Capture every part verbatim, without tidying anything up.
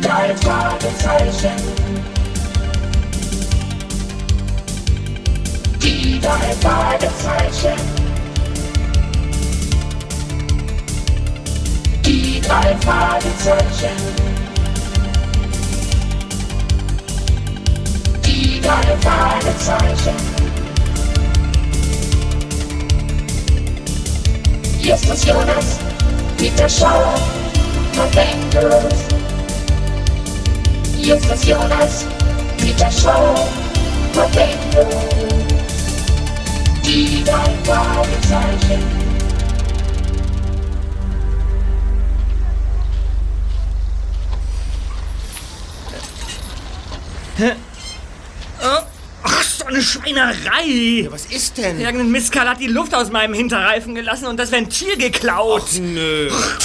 drei Fragezeichen. Die drei Fragezeichen. Die drei Fragezeichen. Die drei Fragezeichen. Hier ist das Jonas, Peter Schauer und Andrews. Hier ist das Jonas, Peter Schauer und Andrews. Die drei Fragezeichen. Hä? Oh. Ach, so eine Schweinerei! Ja, was ist denn? Irgendein Mistkerl hat die Luft aus meinem Hinterreifen gelassen und das Ventil geklaut. Ach, nö.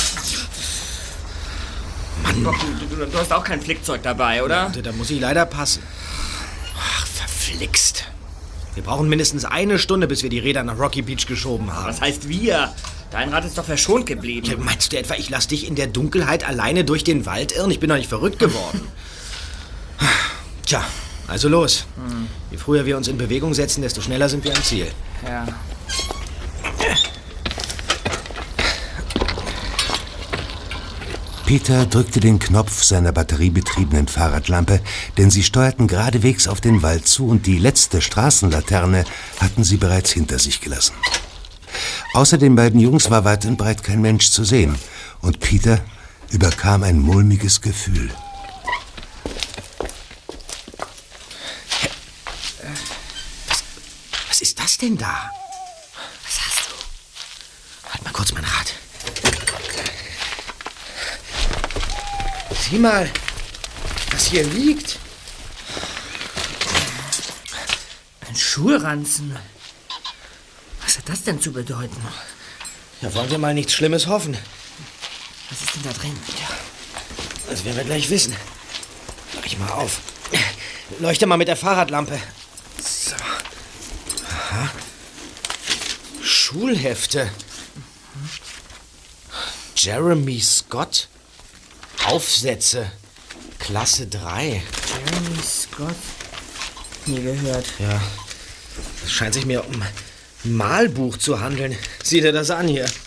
Mann. Doch, du, du, du hast auch kein Flickzeug dabei, oder? Ja, da muss ich leider passen. Ach, verflixt. Wir brauchen mindestens eine Stunde, bis wir die Räder nach Rocky Beach geschoben haben. Was heißt wir? Dein Rad ist doch verschont geblieben. Ja, meinst du etwa, ich lass dich in der Dunkelheit alleine durch den Wald irren? Ich bin doch nicht verrückt geworden. Tja, also los. Hm. Je früher wir uns in Bewegung setzen, desto schneller sind wir am Ziel. Ja. Peter drückte den Knopf seiner batteriebetriebenen Fahrradlampe, denn sie steuerten geradewegs auf den Wald zu und die letzte Straßenlaterne hatten sie bereits hinter sich gelassen. Außer den beiden Jungs war weit und breit kein Mensch zu sehen und Peter überkam ein mulmiges Gefühl. Was, was ist das denn da? Was hast du? Halt mal kurz mein Rad. Sieh mal, was hier liegt. Ein Schulranzen. Was hat das denn zu bedeuten? Ja, wollen wir mal nichts Schlimmes hoffen. Was ist denn da drin? Ja, das werden wir gleich wissen. Mach ich mal auf. Leuchte mal mit der Fahrradlampe. So. Aha. Schulhefte. Mhm. Jeremy Scott. Aufsätze. Klasse drei. Jeremy Scott. Nie gehört. Ja. Es scheint sich mir um ein Malbuch zu handeln. Sieh dir das an hier.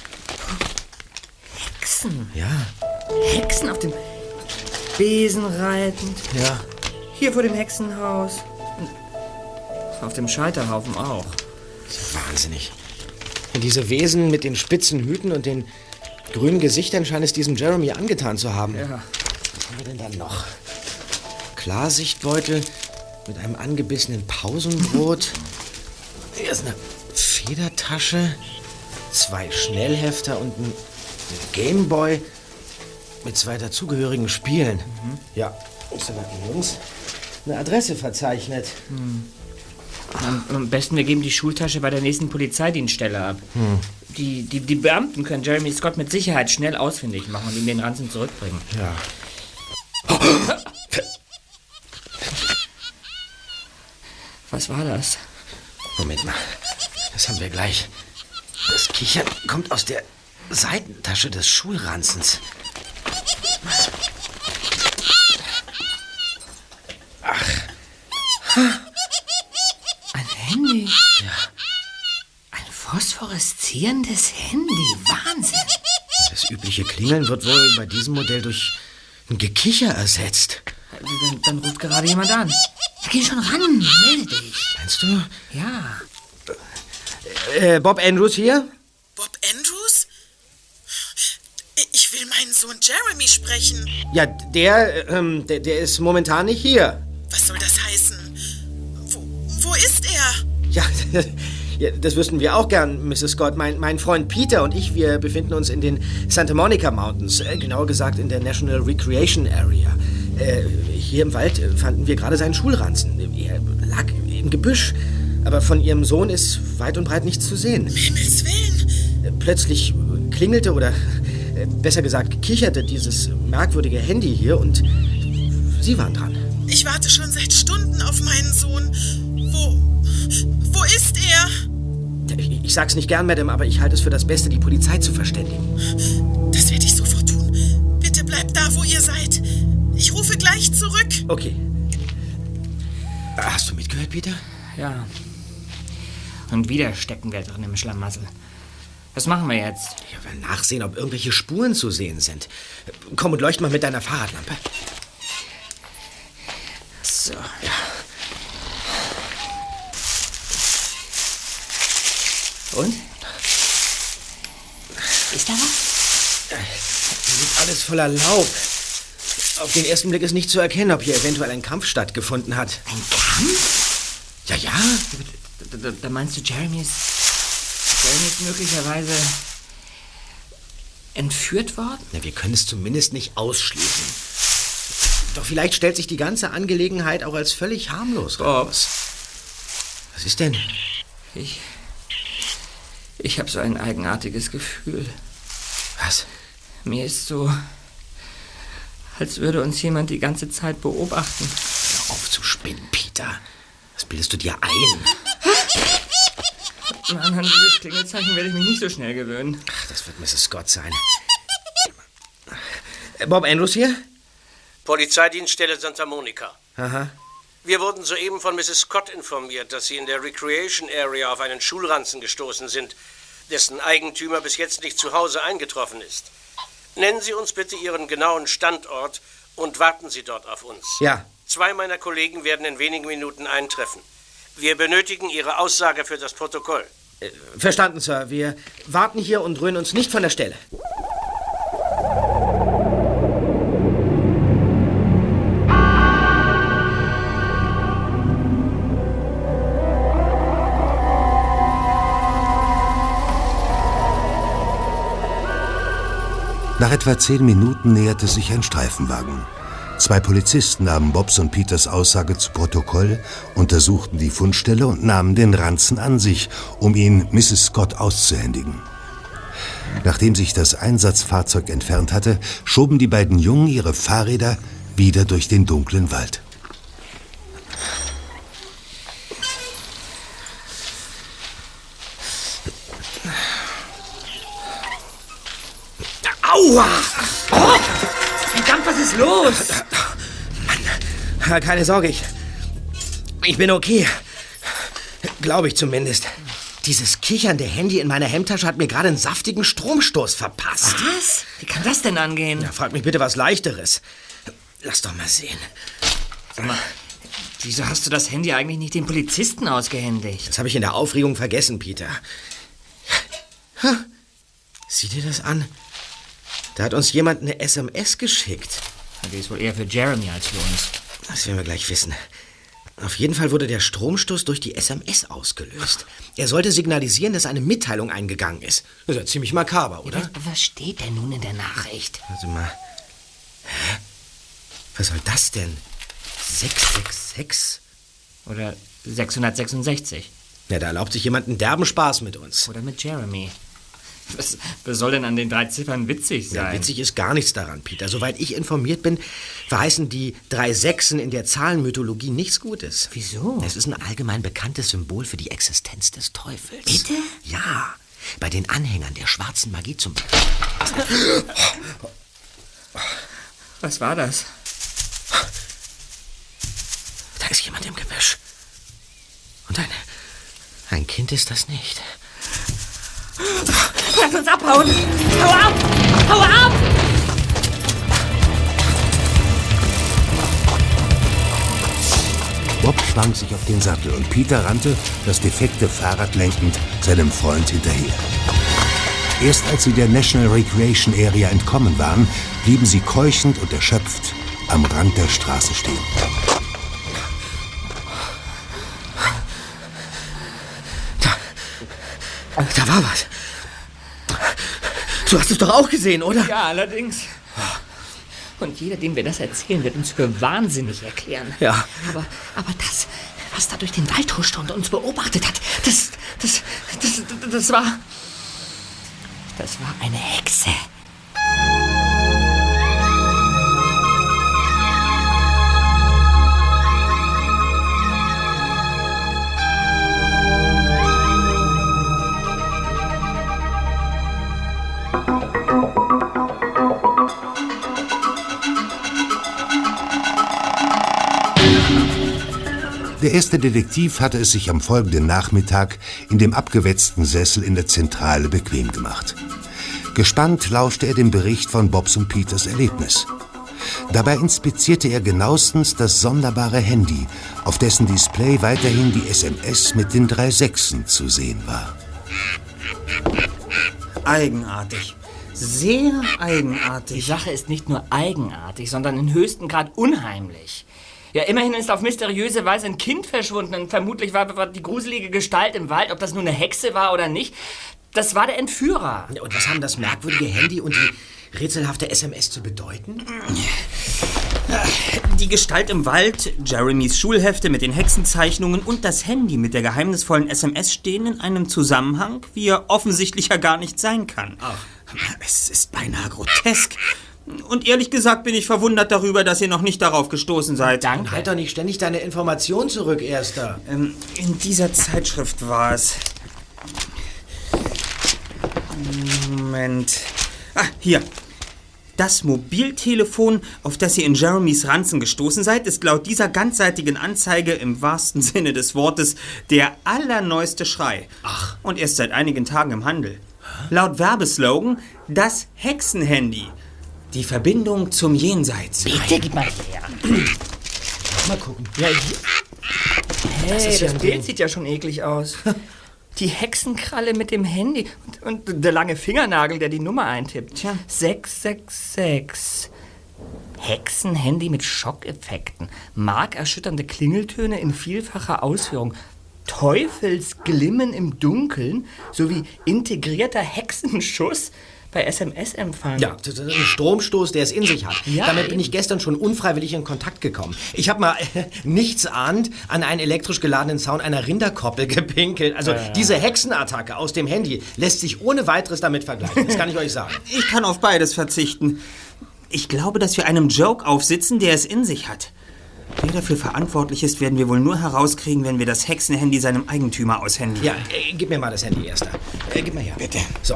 Hexen. Ja. Hexen auf dem Besen reitend. Ja. Hier vor dem Hexenhaus. Auf dem Scheiterhaufen auch. Wahnsinnig. Und diese Wesen mit den spitzen Hüten und den grünen Gesichtern scheinen es diesem Jeremy angetan zu haben. Ja. Was haben wir denn dann noch? Klarsichtbeutel mit einem angebissenen Pausenbrot. Hier ist eine Federtasche, zwei Schnellhefter und ein Gameboy mit zwei dazugehörigen Spielen. Mhm. Ja, ist aber Jungs eine Adresse verzeichnet. Hm. Am, am besten, wir geben die Schultasche bei der nächsten Polizeidienststelle ab. Hm. Die, die, die Beamten können Jeremy Scott mit Sicherheit schnell ausfindig machen und ihm den Ranzen zurückbringen. Ja. Was war das? Moment mal, das haben wir gleich. Das Kichern kommt aus der Seitentasche des Schulranzens. Ach. Ein Handy? Ja. Ein phosphoreszierendes Handy. Wahnsinn. Das übliche Klingeln wird wohl bei diesem Modell durch ein Gekicher ersetzt. Dann, dann ruft gerade jemand an. Ja, geh schon ran, melde dich. Meinst du? Ja. Äh, Bob Andrews hier? Bob Andrews? Ich will meinen Sohn Jeremy sprechen. Ja, der, ähm, der, der ist momentan nicht hier. Was soll das heißen? Wo, wo ist er? Ja, ja, das wüssten wir auch gern, Misses Scott. Mein, mein Freund Peter und ich, wir befinden uns in den Santa Monica Mountains. Äh, genauer gesagt in der National Recreation Area. Äh, hier im Wald fanden wir gerade seinen Schulranzen. Er lag im Gebüsch. Aber von ihrem Sohn ist weit und breit nichts zu sehen. Um Himmels Willen! Plötzlich klingelte oder besser gesagt kicherte dieses merkwürdige Handy hier und Sie waren dran. Ich warte schon seit Stunden auf meinen Sohn. Wo, wo ist er? Ich, ich sag's nicht gern, Madame, aber ich halte es für das Beste, die Polizei zu verständigen. Das werde ich sofort tun. Bitte bleibt da, wo ihr seid. gleich zurück. Okay. Hast du mitgehört, Peter? Ja. Und wieder stecken wir drin im Schlamassel. Was machen wir jetzt? Ja, wir nachsehen, ob irgendwelche Spuren zu sehen sind. Komm und leucht mal mit deiner Fahrradlampe. So. Ja. Und? Ist da was? Hier liegt alles voller Laub. Auf den ersten Blick ist nicht zu erkennen, ob hier eventuell ein Kampf stattgefunden hat. Ein Kampf? Ja, ja. Da, da, da meinst du, Jeremy ist, Jeremy ist möglicherweise entführt worden? Na, wir können es zumindest nicht ausschließen. Doch vielleicht stellt sich die ganze Angelegenheit auch als völlig harmlos raus. Was ist denn? Ich... Ich habe so ein eigenartiges Gefühl. Was? Mir ist so, als würde uns jemand die ganze Zeit beobachten. Hör auf zu spinnen, Peter. Was bildest du dir ein? An dieses Klingelzeichen werde ich mich nicht so schnell gewöhnen. Ach, das wird Misses Scott sein. Bob Andrews hier? Polizeidienststelle Santa Monica. Aha. Wir wurden soeben von Misses Scott informiert, dass Sie in der Recreation Area auf einen Schulranzen gestoßen sind, dessen Eigentümer bis jetzt nicht zu Hause eingetroffen ist. Nennen Sie uns bitte Ihren genauen Standort und warten Sie dort auf uns. Ja. Zwei meiner Kollegen werden in wenigen Minuten eintreffen. Wir benötigen Ihre Aussage für das Protokoll. Äh, verstanden, Sir. Wir warten hier und rühren uns nicht von der Stelle. Nach etwa zehn Minuten näherte sich ein Streifenwagen. Zwei Polizisten nahmen Bobs und Peters Aussage zu Protokoll, untersuchten die Fundstelle und nahmen den Ranzen an sich, um ihn Misses Scott auszuhändigen. Nachdem sich das Einsatzfahrzeug entfernt hatte, schoben die beiden Jungen ihre Fahrräder wieder durch den dunklen Wald. Aua! Oh! Verdammt, was ist los? Mann, keine Sorge, ich, ich bin okay. Glaube ich zumindest. Dieses kichernde Handy in meiner Hemdtasche hat mir gerade einen saftigen Stromstoß verpasst. Was? Wie kann das denn angehen? Ja, frag mich bitte was Leichteres. Lass doch mal sehen. Sag mal, wieso hast du das Handy eigentlich nicht den Polizisten ausgehändigt? Das habe ich in der Aufregung vergessen, Peter. Ha, sieh dir das an. Da hat uns jemand eine S M S geschickt. Die ist wohl eher für Jeremy als für uns. Das werden wir gleich wissen. Auf jeden Fall wurde der Stromstoß durch die S M S ausgelöst. Er sollte signalisieren, dass eine Mitteilung eingegangen ist. Das ist ja ziemlich makaber, oder? Was, was steht denn nun in der Nachricht? Warte mal. Hä? Was soll das denn? sechs sechs sechs? Oder sechshundertsechsundsechzig? Ja, da erlaubt sich jemand einen derben Spaß mit uns. Oder mit Jeremy. Was, was soll denn an den drei Ziffern witzig sein? Ja, witzig ist gar nichts daran, Peter. Soweit ich informiert bin, verheißen die drei Sechsen in der Zahlenmythologie nichts Gutes. Wieso? Es ist ein allgemein bekanntes Symbol für die Existenz des Teufels. Bitte? Ja, bei den Anhängern der schwarzen Magie zum Beispiel. Was war das? Da ist jemand im Gebüsch. Und ein, ein Kind ist das nicht. Lass uns abhauen! Hau ab! Hau ab! Bob schwang sich auf den Sattel und Peter rannte, das defekte Fahrrad lenkend, seinem Freund hinterher. Erst als sie der National Recreation Area entkommen waren, blieben sie keuchend und erschöpft am Rand der Straße stehen. Da, da war was. Du hast es doch auch gesehen, oder? Ja, allerdings. Und jeder, dem wir das erzählen, wird uns für wahnsinnig erklären. Ja. Aber, aber das, was da durch den Wald huschte und uns beobachtet hat, das, das, das, das, das war... Das war eine Hexe. Der erste Detektiv hatte es sich am folgenden Nachmittag in dem abgewetzten Sessel in der Zentrale bequem gemacht. Gespannt lauschte er dem Bericht von Bobs und Peters Erlebnis. Dabei inspizierte er genauestens das sonderbare Handy, auf dessen Display weiterhin die S M S mit den drei Sechsen zu sehen war. Eigenartig. Sehr Die eigenartig. Sache ist nicht nur eigenartig, sondern im höchsten Grad unheimlich. Ja, immerhin ist auf mysteriöse Weise ein Kind verschwunden und vermutlich war, war die gruselige Gestalt im Wald, ob das nun eine Hexe war oder nicht, das war der Entführer. Und was haben das merkwürdige Handy und die rätselhafte S M S zu bedeuten? Die Gestalt im Wald, Jeremys Schulhefte mit den Hexenzeichnungen und das Handy mit der geheimnisvollen S M S stehen in einem Zusammenhang, wie er offensichtlich ja gar nicht sein kann. Ach. Es ist beinahe grotesk. Und ehrlich gesagt bin ich verwundert darüber, dass ihr noch nicht darauf gestoßen seid. Danke. Halt doch nicht ständig deine Informationen zurück, Erster. Ähm, in dieser Zeitschrift war es. Moment. Ah, hier. Das Mobiltelefon, auf das ihr in Jeremys Ranzen gestoßen seid, ist laut dieser ganzseitigen Anzeige im wahrsten Sinne des Wortes der allerneueste Schrei. Ach. Und erst seit einigen Tagen im Handel. Laut Werbeslogan das Hexenhandy. Die Verbindung zum Jenseits. Bitte, gib mal her. Mal gucken. Ja, ich... Hey, Das das, ist ja ein Bild Ding. sieht ja schon eklig aus. Die Hexenkralle mit dem Handy und, und der lange Fingernagel, der die Nummer eintippt. Tja. sechs sechs sechs. Hexenhandy mit Schockeffekten. Markerschütternde Klingeltöne in vielfacher Ausführung. Teufelsglimmen im Dunkeln sowie integrierter Hexenschuss bei S M S-Empfang. Ja, das ist ein Stromstoß, der es in sich hat. Ja, Damit bin eben. ich gestern schon unfreiwillig in Kontakt gekommen. Ich habe mal äh, nichtsahnd an einen elektrisch geladenen Zaun einer Rinderkoppel gepinkelt. Also diese Hexenattacke aus dem Handy lässt sich ohne weiteres damit vergleichen. Das kann ich euch sagen. Ich kann auf beides verzichten. Ich glaube, dass wir einem Joke aufsitzen, der es in sich hat. Wer dafür verantwortlich ist, werden wir wohl nur herauskriegen, wenn wir das Hexenhandy seinem Eigentümer aushändigen. Ja, äh, gib mir mal das Handy, Erster. Äh, gib mal her. Bitte. So.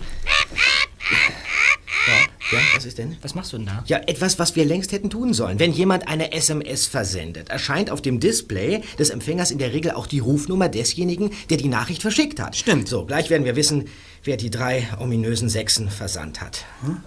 Ja, ja, was ist denn? Was machst du denn da? Ja, etwas, was wir längst hätten tun sollen. Wenn jemand eine S M S versendet, erscheint auf dem Display des Empfängers in der Regel auch die Rufnummer desjenigen, der die Nachricht verschickt hat. Stimmt. So, gleich werden wir wissen, wer die drei ominösen Sechsen versandt hat.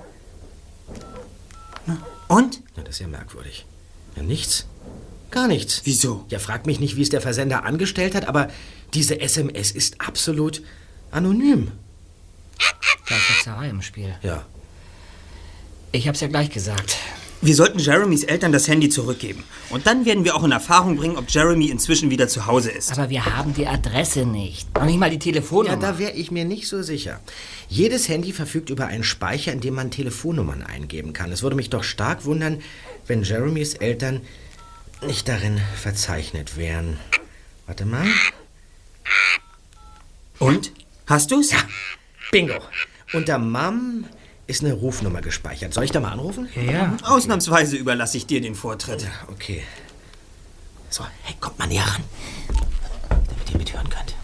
Und? Ja, das ist ja merkwürdig. Ja, nichts. Gar nichts. Wieso? Ja, frag mich nicht, wie es der Versender angestellt hat, aber diese S M S ist absolut anonym. Da ist Hexerei im Spiel. Ja. Ich hab's ja gleich gesagt. Wir sollten Jeremys Eltern das Handy zurückgeben. Und dann werden wir auch in Erfahrung bringen, ob Jeremy inzwischen wieder zu Hause ist. Aber wir haben die Adresse nicht. Noch nicht mal die Telefonnummer. Ja, da wäre ich mir nicht so sicher. Jedes Handy verfügt über einen Speicher, in dem man Telefonnummern eingeben kann. Es würde mich doch stark wundern, wenn Jeremys Eltern nicht darin verzeichnet wären. Warte mal. Und? Hast du's? Ja, bingo. Unter Mom ist eine Rufnummer gespeichert. Soll ich da mal anrufen? Ja, ja. Ausnahmsweise überlasse ich dir den Vortritt. Okay. So, hey, kommt mal näher ran, damit ihr mithören könnt.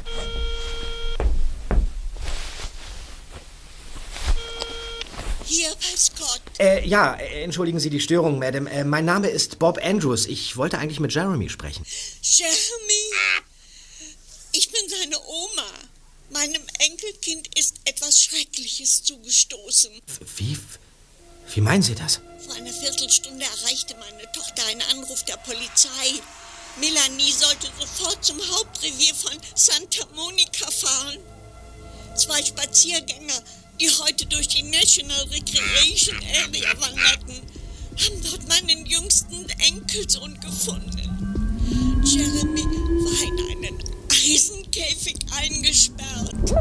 Hier bei Scott. Äh, ja, äh, entschuldigen Sie die Störung, Madam. Äh, mein Name ist Bob Andrews. Ich wollte eigentlich mit Jeremy sprechen. Jeremy, ich bin seine Oma. Meinem Enkelkind ist etwas Schreckliches zugestoßen. Wie, wie meinen Sie das? Vor einer Viertelstunde erreichte meine Tochter einen Anruf der Polizei. Melanie sollte sofort zum Hauptrevier von Santa Monica fahren. Zwei Spaziergänger, die heute durch die National Recreation Area wanderten, haben dort meinen jüngsten Enkelsohn gefunden. Jeremy war in einen Eisenkäfig eingesperrt.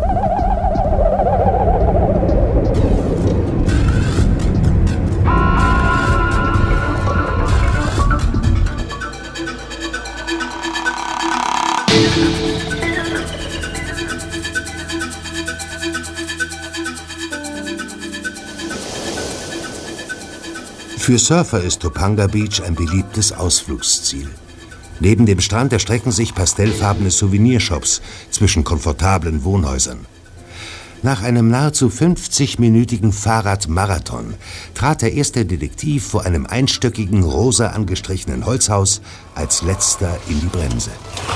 Für Surfer ist Topanga Beach ein beliebtes Ausflugsziel. Neben dem Strand erstrecken sich pastellfarbene Souvenirshops zwischen komfortablen Wohnhäusern. Nach einem nahezu fünfzigminütigen Fahrradmarathon trat der erste Detektiv vor einem einstöckigen, rosa angestrichenen Holzhaus als letzter in die Bremse.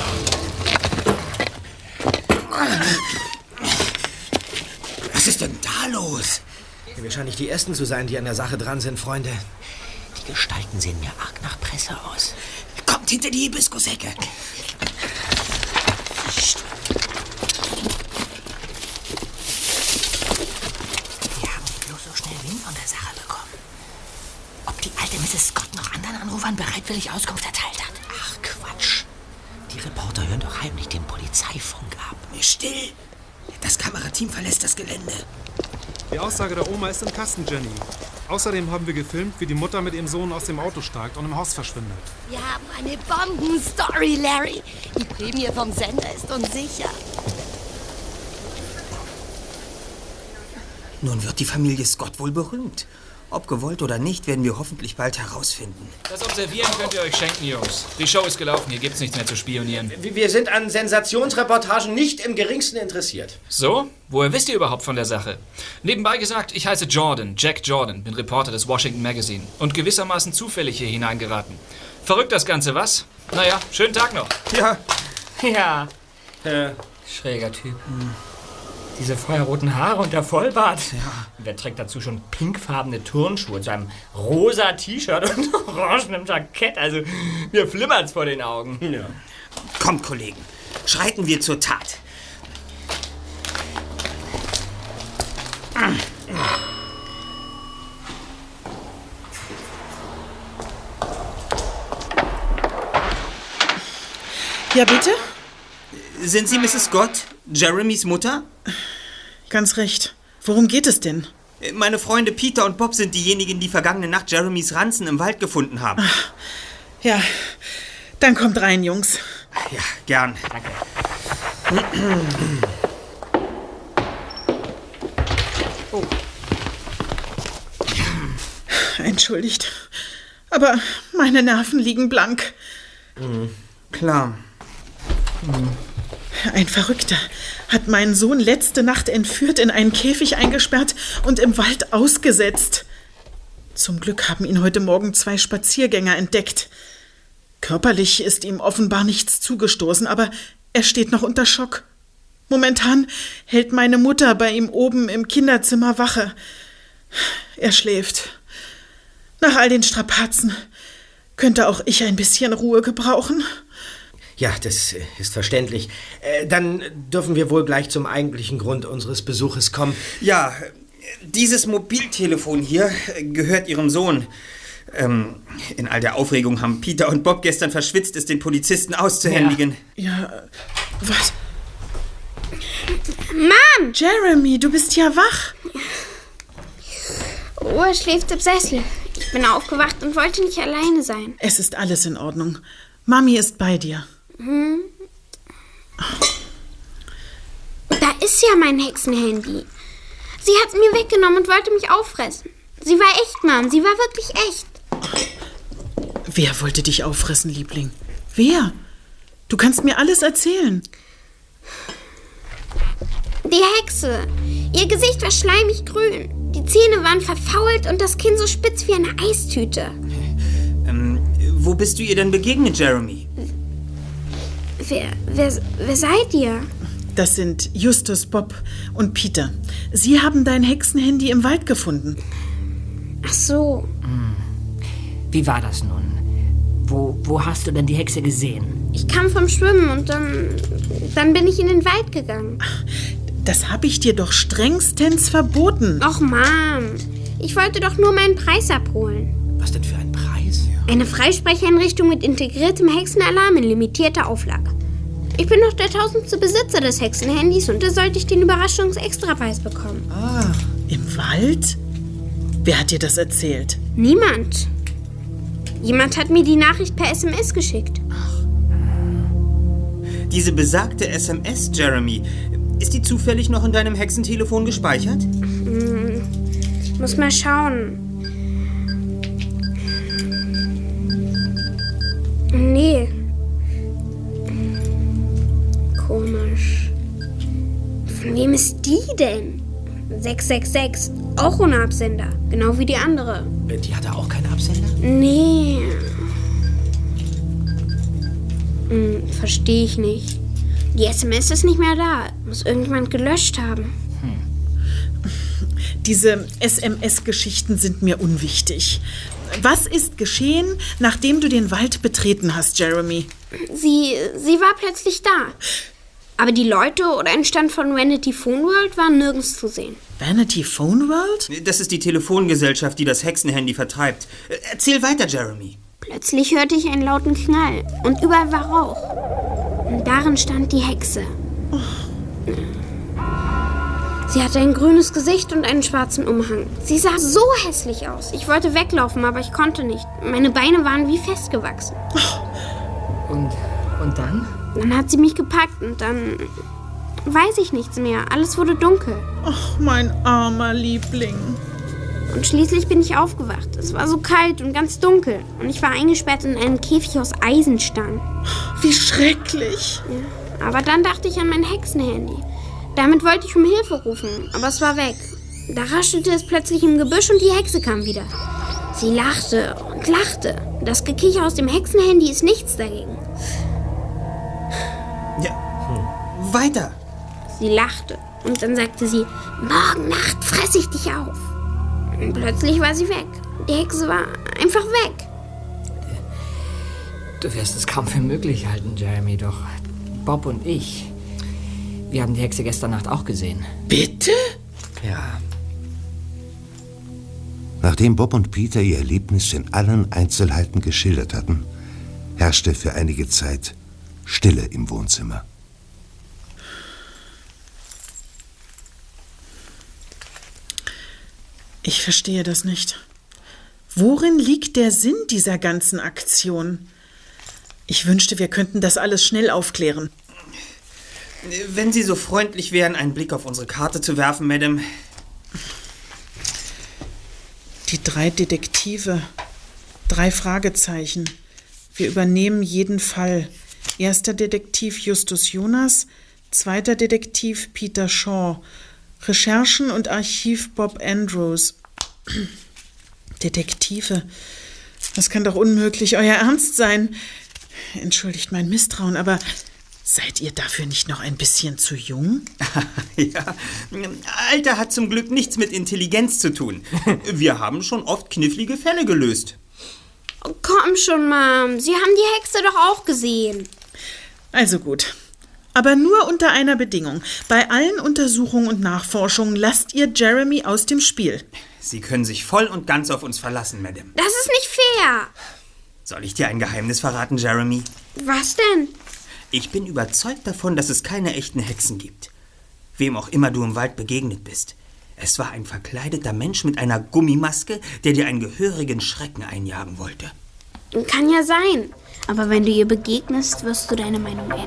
Was ist denn da los? Wir scheinen nicht die Ersten zu sein, die an der Sache dran sind, Freunde. Die Gestalten sehen mir arg nach Presse aus. Kommt hinter die Hibiskushecke. Wir haben bloß so schnell Wind von der Sache bekommen. Ob die alte Misses Scott noch anderen Anrufern bereitwillig Auskunft erteilt hat? Ach, Quatsch. Die Reporter hören doch heimlich den Polizeifunk ab. Still. Das Kamerateam verlässt das Gelände. Die Aussage der Oma ist im Kasten, Jenny. Außerdem haben wir gefilmt, wie die Mutter mit ihrem Sohn aus dem Auto steigt und im Haus verschwindet. Wir haben eine Bombenstory, Larry. Die Prämie vom Sender ist unsicher. Nun wird die Familie Scott wohl berühmt. Ob gewollt oder nicht, werden wir hoffentlich bald herausfinden. Das Observieren könnt ihr euch schenken, Jungs. Die Show ist gelaufen, hier gibt's nichts mehr zu spionieren. Wir sind an Sensationsreportagen nicht im geringsten interessiert. So? Woher wisst ihr überhaupt von der Sache? Nebenbei gesagt, ich heiße Jordan, Jack Jordan, bin Reporter des Washington Magazine und gewissermaßen zufällig hier hineingeraten. Verrückt das Ganze, was? Naja, schönen Tag noch. Ja. Ja. Äh, schräger Typ. Hm. Diese feuerroten Haare und der Vollbart. Ja. Wer trägt dazu schon pinkfarbene Turnschuhe zu einem rosa T-Shirt und orangenem Jackett? Also, mir flimmert's vor den Augen. Ja. Kommt, Kollegen, schreiten wir zur Tat. Ja, bitte? Sind Sie Misses Scott, Jeremys Mutter? Ganz recht. Worum geht es denn? Meine Freunde Peter und Bob sind diejenigen, die vergangene Nacht Jeremys Ranzen im Wald gefunden haben. Ach, ja, dann kommt rein, Jungs. Ja, gern. Danke. Oh. Entschuldigt, aber meine Nerven liegen blank. Mhm. Klar. Mhm. Ein Verrückter hat meinen Sohn letzte Nacht entführt, in einen Käfig eingesperrt und im Wald ausgesetzt. Zum Glück haben ihn heute Morgen zwei Spaziergänger entdeckt. Körperlich ist ihm offenbar nichts zugestoßen, aber er steht noch unter Schock. Momentan hält meine Mutter bei ihm oben im Kinderzimmer Wache. Er schläft. Nach all den Strapazen könnte auch ich ein bisschen Ruhe gebrauchen. Ja, das ist verständlich. Äh, dann dürfen wir wohl gleich zum eigentlichen Grund unseres Besuches kommen. Ja, dieses Mobiltelefon hier gehört Ihrem Sohn. Ähm, in all der Aufregung haben Peter und Bob gestern verschwitzt, es den Polizisten auszuhändigen. Ja, ja was? Mom! Jeremy, du bist ja wach. Oh, schläft im Sessel. Ich bin aufgewacht und wollte nicht alleine sein. Es ist alles in Ordnung. Mami ist bei dir. Hm. Da ist ja mein Hexenhandy. Sie hat es mir weggenommen und wollte mich auffressen. Sie war echt, Mom. Sie war wirklich echt. Wer wollte dich auffressen, Liebling? Wer? Du kannst mir alles erzählen. Die Hexe. Ihr Gesicht war schleimig grün. Die Zähne waren verfault und das Kinn so spitz wie eine Eistüte. Ähm, wo bist du ihr denn begegnet, Jeremy? Wer, wer, wer seid ihr? Das sind Justus, Bob und Peter. Sie haben dein Hexenhandy im Wald gefunden. Ach so. Wie war das nun? Wo, wo hast du denn die Hexe gesehen? Ich kam vom Schwimmen und dann, dann bin ich in den Wald gegangen. Das habe ich dir doch strengstens verboten. Och, Mom. Ich wollte doch nur meinen Preis abholen. Was denn für ein Preis? Eine Freisprecheinrichtung mit integriertem Hexenalarm in limitierter Auflage. Ich bin noch der tausendste Besitzer des Hexenhandys und da sollte ich den Überraschungsextrapreis bekommen. Ah, im Wald? Wer hat dir das erzählt? Niemand. Jemand hat mir die Nachricht per S M S geschickt. Ach. Diese besagte S M S, Jeremy, ist die zufällig noch in deinem Hexentelefon gespeichert? Hm, ich muss mal schauen. Nee. Komisch. Von wem ist die denn? sechs sechs sechs, auch ohne Absender, genau wie die andere. Die hatte auch keinen Absender? Nee. Hm, verstehe ich nicht. Die S M S ist nicht mehr da. Muss irgendjemand gelöscht haben. Diese S M S-Geschichten sind mir unwichtig. Was ist geschehen, nachdem du den Wald betreten hast, Jeremy? Sie, sie war plötzlich da. Aber die Leute oder ein Stand von Vanity Phone World waren nirgends zu sehen. Vanity Phone World? Das ist die Telefongesellschaft, die das Hexenhandy vertreibt. Erzähl weiter, Jeremy. Plötzlich hörte ich einen lauten Knall und überall war Rauch. Und darin stand die Hexe. Oh. Sie hatte ein grünes Gesicht und einen schwarzen Umhang. Sie sah so hässlich aus. Ich wollte weglaufen, aber ich konnte nicht. Meine Beine waren wie festgewachsen. Und, und dann? Dann hat sie mich gepackt und dann weiß ich nichts mehr. Alles wurde dunkel. Ach, mein armer Liebling. Und schließlich bin ich aufgewacht. Es war so kalt und ganz dunkel. Und ich war eingesperrt in einem Käfig aus Eisenstangen. Wie schrecklich. Ja, aber dann dachte ich an mein Hexenhandy. Damit wollte ich um Hilfe rufen, aber es war weg. Da raschelte es plötzlich im Gebüsch und die Hexe kam wieder. Sie lachte und lachte. Das Gekicher aus dem Hexenhandy ist nichts dagegen. Ja, hm. Weiter. Sie lachte und dann sagte sie, morgen Nacht fresse ich dich auf. Und plötzlich war sie weg. Die Hexe war einfach weg. Du wirst es kaum für möglich halten, Jeremy, doch Bob und ich, wir haben die Hexe gestern Nacht auch gesehen. Bitte? Ja. Nachdem Bob und Peter ihr Erlebnis in allen Einzelheiten geschildert hatten, herrschte für einige Zeit Stille im Wohnzimmer. Ich verstehe das nicht. Worin liegt der Sinn dieser ganzen Aktion? Ich wünschte, wir könnten das alles schnell aufklären. Wenn Sie so freundlich wären, einen Blick auf unsere Karte zu werfen, Madame. Die drei Detektive. Drei Fragezeichen. Wir übernehmen jeden Fall. Erster Detektiv Justus Jonas, zweiter Detektiv Peter Shaw, Recherchen und Archiv Bob Andrews. Detektive, das kann doch unmöglich euer Ernst sein. Entschuldigt mein Misstrauen, aber seid ihr dafür nicht noch ein bisschen zu jung? Ja, Alter hat zum Glück nichts mit Intelligenz zu tun. Wir haben schon oft knifflige Fälle gelöst. Oh, komm schon, Mom. Sie haben die Hexe doch auch gesehen. Also gut. Aber nur unter einer Bedingung. Bei allen Untersuchungen und Nachforschungen lasst ihr Jeremy aus dem Spiel. Sie können sich voll und ganz auf uns verlassen, Madame. Das ist nicht fair. Soll ich dir ein Geheimnis verraten, Jeremy? Was denn? Ich bin überzeugt davon, dass es keine echten Hexen gibt. Wem auch immer du im Wald begegnet bist. Es war ein verkleideter Mensch mit einer Gummimaske, der dir einen gehörigen Schrecken einjagen wollte. Kann ja sein. Aber wenn du ihr begegnest, wirst du deine Meinung ändern.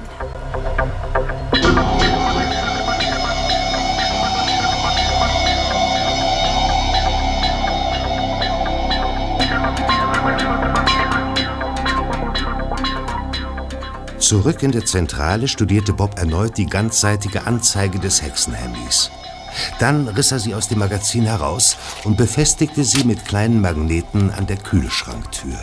Zurück in der Zentrale studierte Bob erneut die ganzseitige Anzeige des Hexenhandys. Dann riss er sie aus dem Magazin heraus und befestigte sie mit kleinen Magneten an der Kühlschranktür.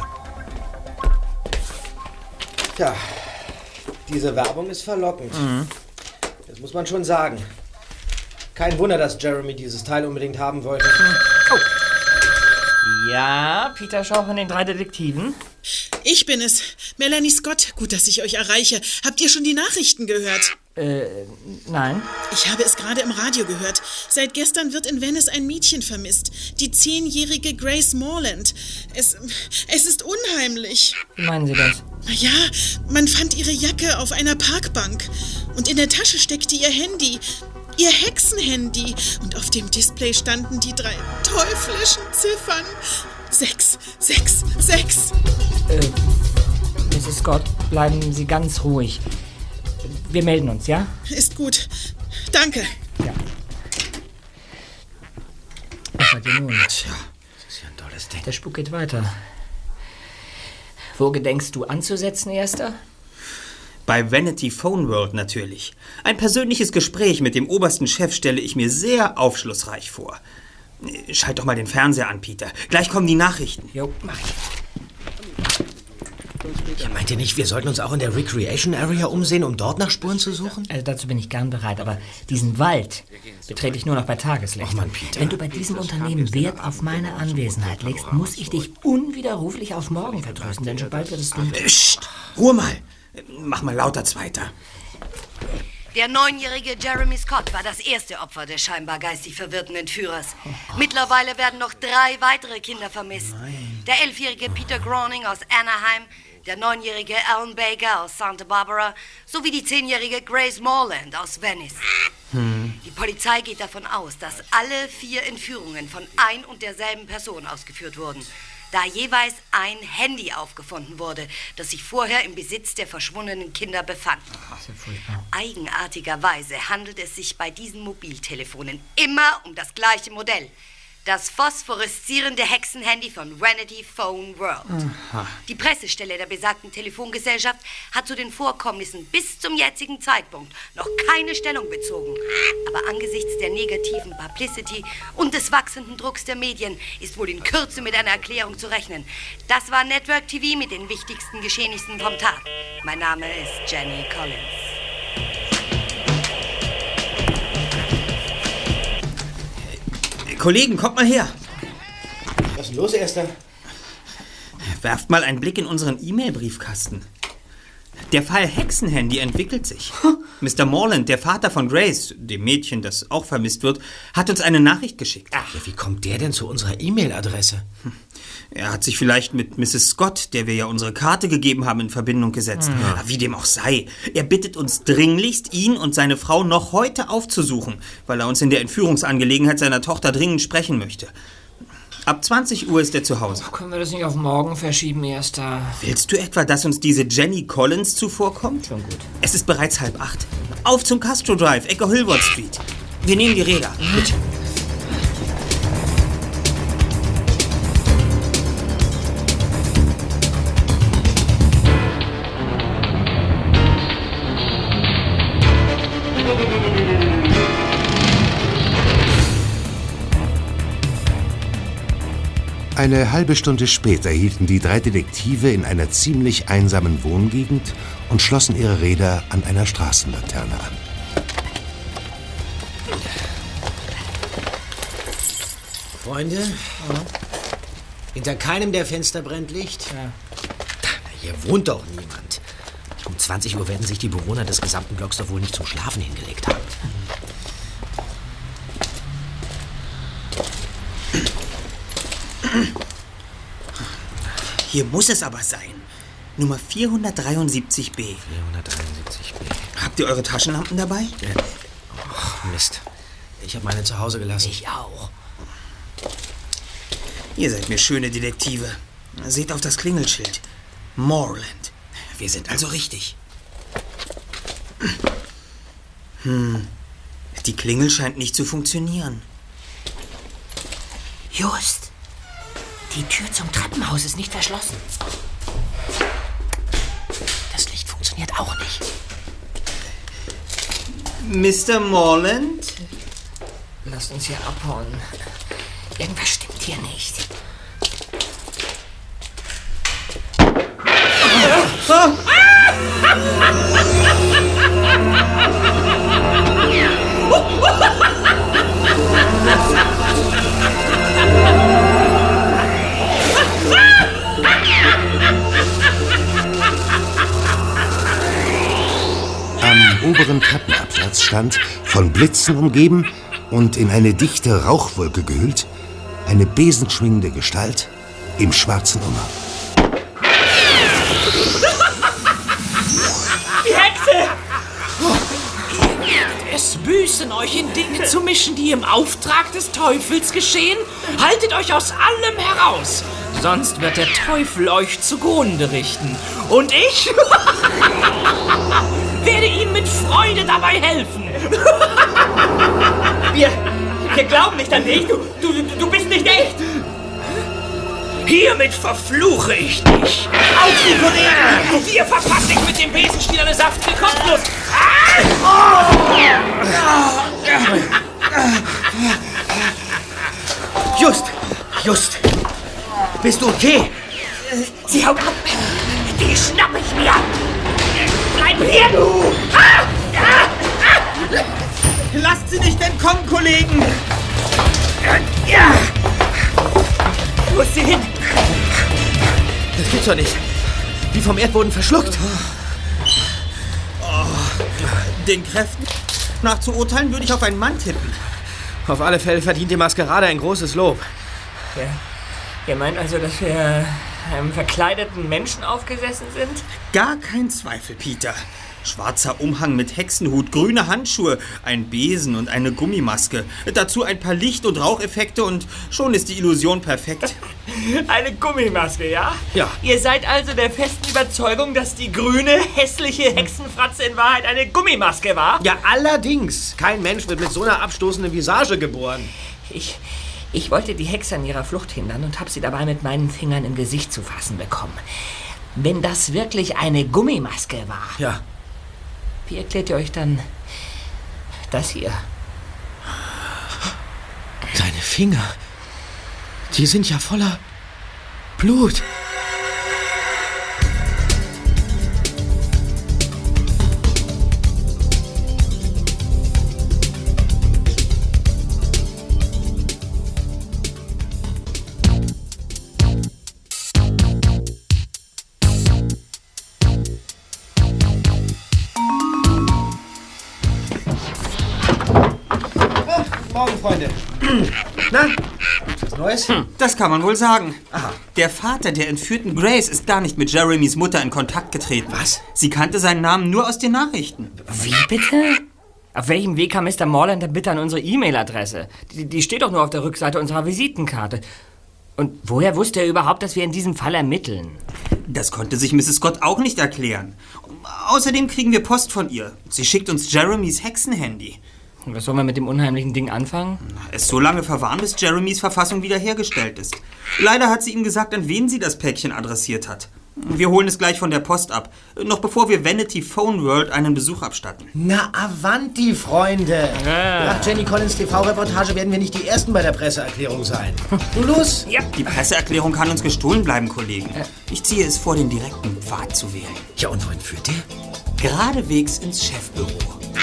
Tja, diese Werbung ist verlockend. Mhm. Das muss man schon sagen. Kein Wunder, dass Jeremy dieses Teil unbedingt haben wollte. Oh. Ja, Peter Shaw von den drei Detektiven. Ich bin es, Melanie Scott. Gut, dass ich euch erreiche. Habt ihr schon die Nachrichten gehört? Äh, nein. Ich habe es gerade im Radio gehört. Seit gestern wird in Venice ein Mädchen vermisst. Die zehnjährige Grace Morland. Es, es ist unheimlich. Wie meinen Sie das? Ja, man fand ihre Jacke auf einer Parkbank. Und in der Tasche steckte ihr Handy. Ihr Hexenhandy. Und auf dem Display standen die drei teuflischen Ziffern. Sechs, sechs, sechs. Äh, Misses Scott, bleiben Sie ganz ruhig. Wir melden uns, ja? Ist gut. Danke. Ja. Was seid ihr nun? Tja, das ist ja ein tolles Ding. Der Spuk geht weiter. Wo gedenkst du anzusetzen, Erster? Bei Vanity Phone World natürlich. Ein persönliches Gespräch mit dem obersten Chef stelle ich mir sehr aufschlussreich vor. Schalt doch mal den Fernseher an, Peter. Gleich kommen die Nachrichten. Jo, mach ich. Ja, meint ihr nicht, wir sollten uns auch in der Recreation Area umsehen, um dort nach Spuren zu suchen? Also dazu bin ich gern bereit, aber diesen Wald betrete ich nur noch bei Tageslicht. Ach Mann, Peter. Wenn du bei diesem Unternehmen Wert auf meine Anwesenheit legst, muss ich dich unwiderruflich auf morgen vertrösten, denn sobald wird es dunkel. Psst, Ruhe mal. Mach mal lauter zweiter. Der neunjährige Jeremy Scott war das erste Opfer des scheinbar geistig verwirrten Entführers. Mittlerweile werden noch drei weitere Kinder vermisst. Nein. Der elfjährige Peter Groening aus Anaheim, der neunjährige Alan Baker aus Santa Barbara sowie die zehnjährige Grace Morland aus Venice. Hm. Die Polizei geht davon aus, dass alle vier Entführungen von ein und derselben Person ausgeführt wurden, da jeweils ein Handy aufgefunden wurde, das sich vorher im Besitz der verschwundenen Kinder befand. Ach, das ist ja furchtbar. Eigenartigerweise handelt es sich bei diesen Mobiltelefonen immer um das gleiche Modell. Das phosphoreszierende Hexenhandy von Vanity Phone World. Aha. Die Pressestelle der besagten Telefongesellschaft hat zu den Vorkommnissen bis zum jetzigen Zeitpunkt noch keine Stellung bezogen. Aber angesichts der negativen Publicity und des wachsenden Drucks der Medien ist wohl in Kürze mit einer Erklärung zu rechnen. Das war Network T V mit den wichtigsten Geschehnissen vom Tag. Mein Name ist Jenny Collins. Kollegen, kommt mal her. Was ist denn los, Erster? Werft mal einen Blick in unseren E-Mail-Briefkasten. Der Fall Hexenhandy entwickelt sich. Mister Morland, der Vater von Grace, dem Mädchen, das auch vermisst wird, hat uns eine Nachricht geschickt. Ach, ja, wie kommt der denn zu unserer E-Mail-Adresse? Er hat sich vielleicht mit Misses Scott, der wir ja unsere Karte gegeben haben, in Verbindung gesetzt. Ja. Wie dem auch sei. Er bittet uns dringlichst, ihn und seine Frau noch heute aufzusuchen, weil er uns in der Entführungsangelegenheit seiner Tochter dringend sprechen möchte. Ab zwanzig Uhr ist er zu Hause. Können wir das nicht auf morgen verschieben, Erster? Willst du etwa, dass uns diese Jenny Collins zuvorkommt? Schon gut. Es ist bereits halb acht. Auf zum Castro Drive, Ecke Hillwood Street. Wir nehmen die Räder. Bitte. Eine halbe Stunde später hielten die drei Detektive in einer ziemlich einsamen Wohngegend und schlossen ihre Räder an einer Straßenlaterne an. Freunde, ja. Hinter keinem der Fenster brennt Licht. Ja. Hier wohnt doch niemand. Um zwanzig Uhr werden sich die Bewohner des gesamten Blocks doch wohl nicht zum Schlafen hingelegt haben. Hier muss es aber sein. Nummer vierhundertdreiundsiebzig B. vierhundertdreiundsiebzig B. Habt ihr eure Taschenlampen dabei? Äh, oh, Mist. Ich habe meine zu Hause gelassen. Ich auch. Ihr seid mir schöne Detektive. Seht auf das Klingelschild. Morland. Wir sind also richtig. Hm. Die Klingel scheint nicht zu funktionieren. Just. Die Tür zum Treppenhaus ist nicht verschlossen. Das Licht funktioniert auch nicht. Mister Morland? Lasst uns hier abhauen. Irgendwas stimmt hier nicht. Ah! Am oberen Treppenabsatz stand, von Blitzen umgeben und in eine dichte Rauchwolke gehüllt, eine besenschwingende Gestalt im schwarzen Umhang. Die Hexe! Es büßen, euch in Dinge zu mischen, die im Auftrag des Teufels geschehen? Haltet euch aus allem heraus, sonst wird der Teufel euch zugrunde richten. Und ich werde ihm mit Freude dabei helfen. Wir, wir glauben nicht an dich, du, du, du bist nicht echt. Hiermit verfluche ich dich. Auf die Kollegen! Wir verpassen dich mit dem Besenstiel eine saftige Kopfnuss. Just, Just. Bist du okay? Sie haut ab. Die schnapp ich mir. Bleib hier, du! Ah! Ah! Ah! Lasst sie nicht entkommen, Kollegen! Ja! Wo ist sie hin? Das gibt's doch nicht. Wie vom Erdboden verschluckt. Oh, den Kräften nach zu urteilen würde ich auf einen Mann tippen. Auf alle Fälle verdient die Maskerade ein großes Lob. Ja. Ihr meint also, dass wir einem verkleideten Menschen aufgesessen sind? Gar kein Zweifel, Peter. Schwarzer Umhang mit Hexenhut, grüne Handschuhe, ein Besen und eine Gummimaske. Dazu ein paar Licht- und Raucheffekte und schon ist die Illusion perfekt. Eine Gummimaske, ja? Ja. Ihr seid also der festen Überzeugung, dass die grüne, hässliche Hexenfratze in Wahrheit eine Gummimaske war? Ja, allerdings. Kein Mensch wird mit so einer abstoßenden Visage geboren. Ich, ich wollte die Hexe an ihrer Flucht hindern und habe sie dabei mit meinen Fingern im Gesicht zu fassen bekommen. Wenn das wirklich eine Gummimaske war... Ja. Wie erklärt ihr euch dann das hier? Deine Finger, die sind ja voller Blut. Morgen, Freunde. Na, was Neues? Hm, das kann man wohl sagen. Aha. Der Vater der entführten Grace ist gar nicht mit Jeremys Mutter in Kontakt getreten. Was? Sie kannte seinen Namen nur aus den Nachrichten. Wie bitte? Auf welchem Weg kam Mister Morland denn bitte an unsere E-Mail-Adresse? Die, die steht doch nur auf der Rückseite unserer Visitenkarte. Und woher wusste er überhaupt, dass wir in diesem Fall ermitteln? Das konnte sich Misses Scott auch nicht erklären. Außerdem kriegen wir Post von ihr. Sie schickt uns Jeremys Hexenhandy. Und was soll man mit dem unheimlichen Ding anfangen? Es so lange verwahren, bis Jeremys Verfassung wiederhergestellt ist. Leider hat sie ihm gesagt, an wen sie das Päckchen adressiert hat. Wir holen es gleich von der Post ab, noch bevor wir Vanity Phone World einen Besuch abstatten. Na, avanti, Freunde! Ja. Nach Jenny Collins T V-Reportage werden wir nicht die Ersten bei der Presseerklärung sein. Nun los! Ja. Die Presseerklärung kann uns gestohlen bleiben, Kollegen. Ich ziehe es vor, den direkten Pfad zu wählen. Ja, und wohin führt der? Geradewegs ins Chefbüro.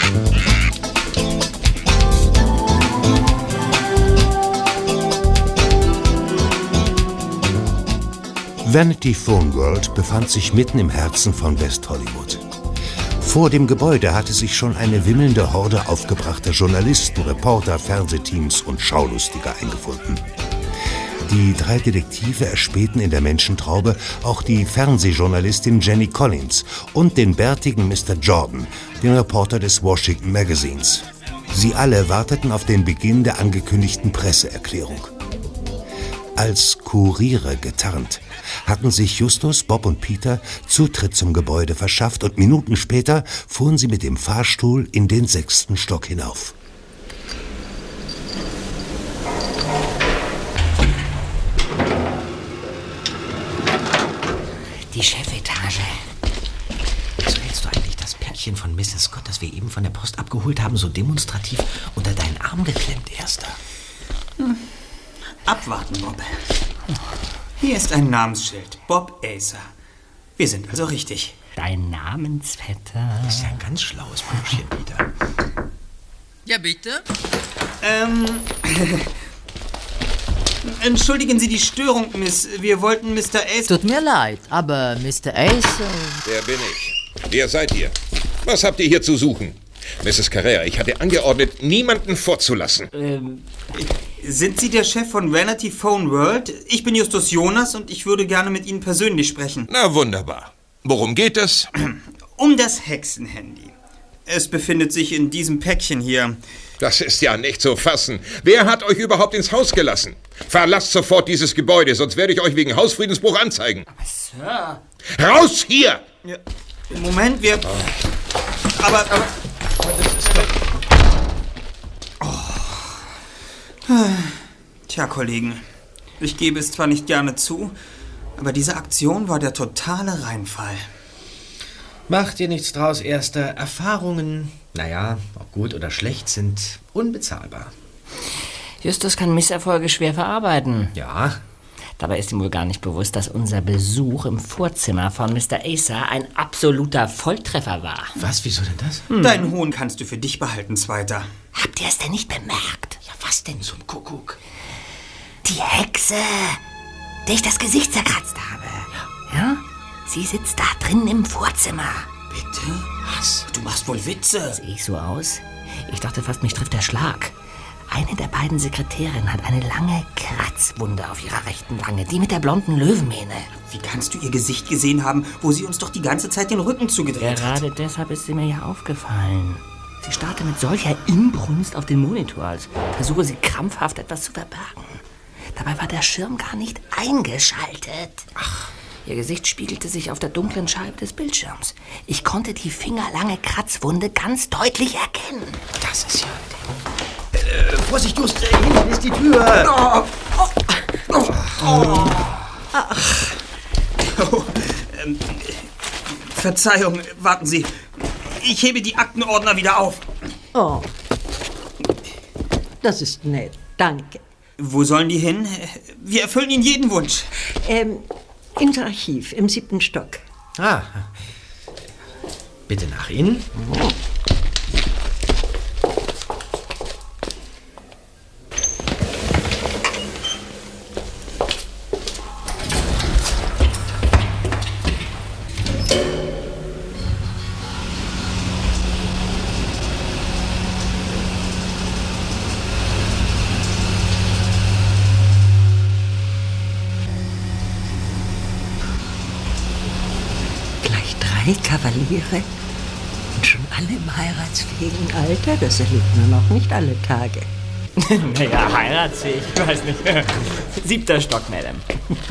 Vanity Phone World befand sich mitten im Herzen von West Hollywood. Vor dem Gebäude hatte sich schon eine wimmelnde Horde aufgebrachter Journalisten, Reporter, Fernsehteams und Schaulustiger eingefunden. Die drei Detektive erspähten in der Menschentraube auch die Fernsehjournalistin Jenny Collins und den bärtigen Mister Jordan, den Reporter des Washington Magazines. Sie alle warteten auf den Beginn der angekündigten Presseerklärung. Als Kuriere getarnt hatten sich Justus, Bob und Peter Zutritt zum Gebäude verschafft und Minuten später fuhren sie mit dem Fahrstuhl in den sechsten Stock hinauf. Die Chefetage. Wieso hältst du eigentlich das Päckchen von Misses Scott, das wir eben von der Post abgeholt haben, so demonstrativ unter deinen Arm geklemmt, Erster? Hm. Abwarten, Bob. Hier ist ein Namensschild. Bob Acer. Wir sind also richtig. Dein Namensvetter. Das ist ja ein ganz schlaues Burschchen, Peter. Ja, bitte? Ähm... Entschuldigen Sie die Störung, Miss. Wir wollten Mister Acer... Tut mir leid, aber Mister Acer... Der bin ich. Wer seid ihr? Was habt ihr hier zu suchen? Misses Carrera, ich hatte angeordnet, niemanden vorzulassen. Ähm... Sind Sie der Chef von Vanity Phone World? Ich bin Justus Jonas und ich würde gerne mit Ihnen persönlich sprechen. Na wunderbar. Worum geht es? Um das Hexenhandy. Es befindet sich in diesem Päckchen hier. Das ist ja nicht zu fassen. Wer hat euch überhaupt ins Haus gelassen? Verlasst sofort dieses Gebäude, sonst werde ich euch wegen Hausfriedensbruch anzeigen. Aber Sir... Raus hier! Ja, Moment, wir... Oh. Aber... aber oh. Tja, Kollegen. Ich gebe es zwar nicht gerne zu, aber diese Aktion war der totale Reinfall. Mach dir nichts draus, Erster. Erfahrungen, naja, ob gut oder schlecht, sind unbezahlbar. Justus kann Misserfolge schwer verarbeiten. Ja. Dabei ist ihm wohl gar nicht bewusst, dass unser Besuch im Vorzimmer von Mister Acer ein absoluter Volltreffer war. Was? Wieso denn das? Hm. Deinen Hohn kannst du für dich behalten, Zweiter. Habt ihr es denn nicht bemerkt? Ja, was denn zum Kuckuck? Die Hexe, der ich das Gesicht zerkratzt habe. Ja? Sie sitzt da drin im Vorzimmer. Bitte? Was? Du machst wohl Witze. Sehe ich so aus? Ich dachte fast, mich trifft der Schlag. Eine der beiden Sekretärinnen hat eine lange Kratzwunde auf ihrer rechten Wange, die mit der blonden Löwenmähne. Wie kannst du ihr Gesicht gesehen haben, wo sie uns doch die ganze Zeit den Rücken zugedreht hat? Gerade deshalb ist sie mir ja aufgefallen. Sie starrte mit solcher Inbrunst auf den Monitor, als versuche sie krampfhaft etwas zu verbergen. Dabei war der Schirm gar nicht eingeschaltet. Ach. Ihr Gesicht spiegelte sich auf der dunklen Scheibe des Bildschirms. Ich konnte die fingerlange Kratzwunde ganz deutlich erkennen. Das ist ja... Äh, Vorsicht, Just, äh, hinten ist die Tür. Oh, oh, oh, oh. Ach. Oh, ähm, Verzeihung, warten Sie. Ich hebe die Aktenordner wieder auf. Oh, das ist nett, danke. Wo sollen die hin? Wir erfüllen Ihnen jeden Wunsch. Ähm, ins Archiv, im siebten Stock. Ah, bitte nach innen. Oh. Kavaliere und schon alle im heiratsfähigen Alter, das erlebt man noch nicht alle Tage. Naja, heiratsfähig, ich weiß nicht. Siebter Stock, Madame.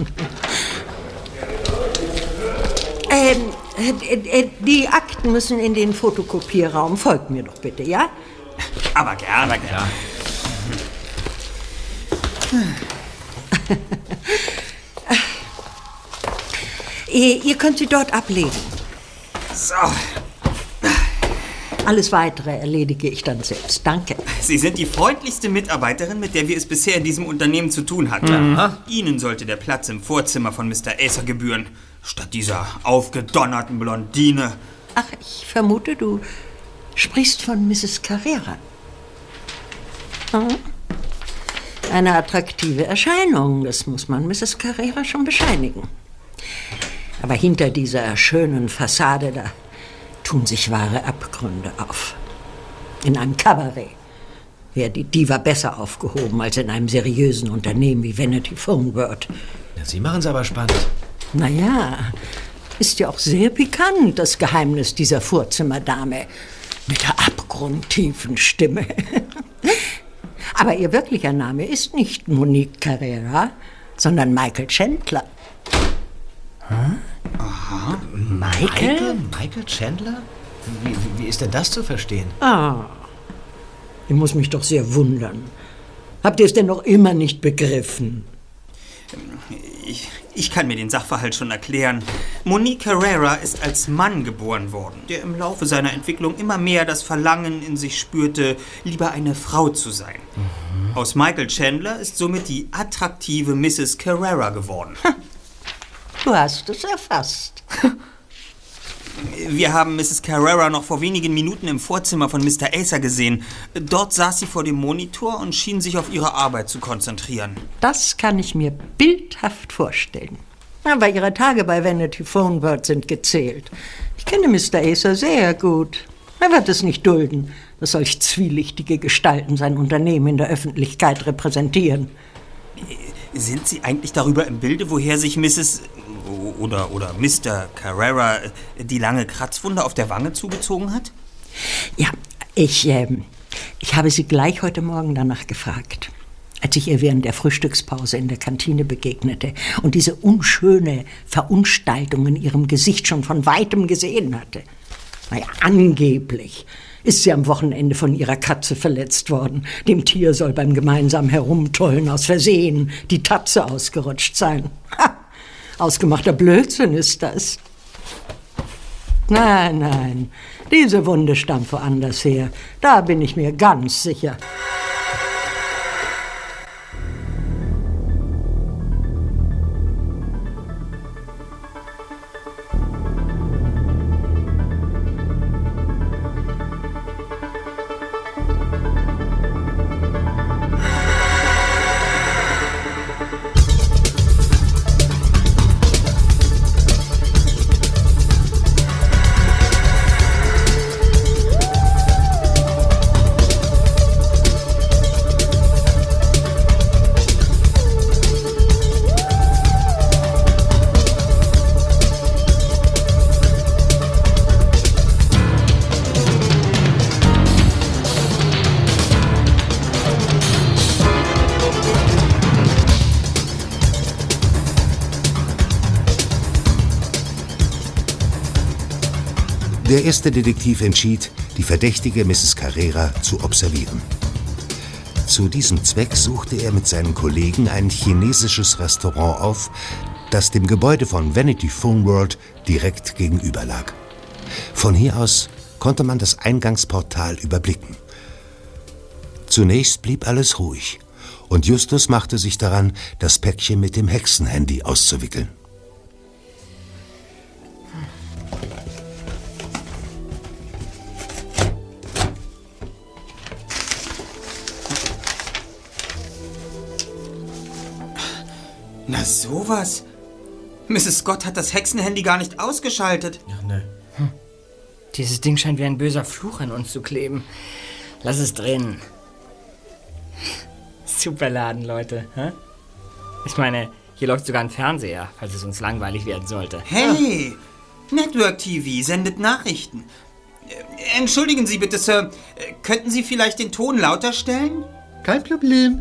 ähm, äh, äh, die Akten müssen in den Fotokopierraum. Folgt mir doch bitte, ja? Aber gerne, Aber gerne. ihr, ihr könnt sie dort ablegen. So. Alles Weitere erledige ich dann selbst. Danke. Sie sind die freundlichste Mitarbeiterin, mit der wir es bisher in diesem Unternehmen zu tun hatten. Mhm. Ihnen sollte der Platz im Vorzimmer von Mister Acer gebühren, statt dieser aufgedonnerten Blondine. Ach, ich vermute, du sprichst von Misses Carrera. Hm? Eine attraktive Erscheinung, das muss man Misses Carrera schon bescheinigen. Aber hinter dieser schönen Fassade, da tun sich wahre Abgründe auf. In einem Kabarett wäre die Diva besser aufgehoben als in einem seriösen Unternehmen wie Vanity Phone World. Ja, Sie machen es aber spannend. Naja, ist ja auch sehr pikant, das Geheimnis dieser Vorzimmerdame mit der abgrundtiefen Stimme. Aber ihr wirklicher Name ist nicht Monique Carrera, sondern Michael Chandler. Hm? Aha. Michael? Michael? Michael Chandler? Wie, wie, wie ist denn das zu verstehen? Ah, ich muss mich doch sehr wundern. Habt ihr es denn noch immer nicht begriffen? Ich, ich kann mir den Sachverhalt schon erklären. Monique Carrera ist als Mann geboren worden, der im Laufe seiner Entwicklung immer mehr das Verlangen in sich spürte, lieber eine Frau zu sein. Mhm. Aus Michael Chandler ist somit die attraktive Misses Carrera geworden. Du hast es erfasst. Wir haben Misses Carrera noch vor wenigen Minuten im Vorzimmer von Mister Acer gesehen. Dort saß sie vor dem Monitor und schien sich auf ihre Arbeit zu konzentrieren. Das kann ich mir bildhaft vorstellen. Aber ihre Tage bei Vanity Phone World sind gezählt. Ich kenne Mister Acer sehr gut. Er wird es nicht dulden, dass solch zwielichtige Gestalten sein Unternehmen in der Öffentlichkeit repräsentieren. Sind Sie eigentlich darüber im Bilde, woher sich Misses oder, oder Mister Carrera die lange Kratzwunde auf der Wange zugezogen hat? Ja, ich, äh, ich habe sie gleich heute Morgen danach gefragt, als ich ihr während der Frühstückspause in der Kantine begegnete und diese unschöne Verunstaltung in ihrem Gesicht schon von Weitem gesehen hatte. Naja, angeblich ist sie am Wochenende von ihrer Katze verletzt worden. Dem Tier soll beim gemeinsamen Herumtollen aus Versehen die Tatze ausgerutscht sein. Ha! Ausgemachter Blödsinn ist das. Nein, nein, diese Wunde stammt woanders her. Da bin ich mir ganz sicher. Der erste Detektiv entschied, die verdächtige Misses Carrera zu observieren. Zu diesem Zweck suchte er mit seinen Kollegen ein chinesisches Restaurant auf, das dem Gebäude von Vanity Phone World direkt gegenüber lag. Von hier aus konnte man das Eingangsportal überblicken. Zunächst blieb alles ruhig und Justus machte sich daran, das Päckchen mit dem Hexenhandy auszuwickeln. Na sowas. Misses Scott hat das Hexenhandy gar nicht ausgeschaltet. Ach ne. Hm. Dieses Ding scheint wie ein böser Fluch an uns zu kleben. Lass es drin. Super Laden, Leute. Hä? Ich meine, hier läuft sogar ein Fernseher, falls es uns langweilig werden sollte. Hey, Network T V sendet Nachrichten. Äh, Entschuldigen Sie bitte, Sir. Äh, könnten Sie vielleicht den Ton lauter stellen? Kein Problem.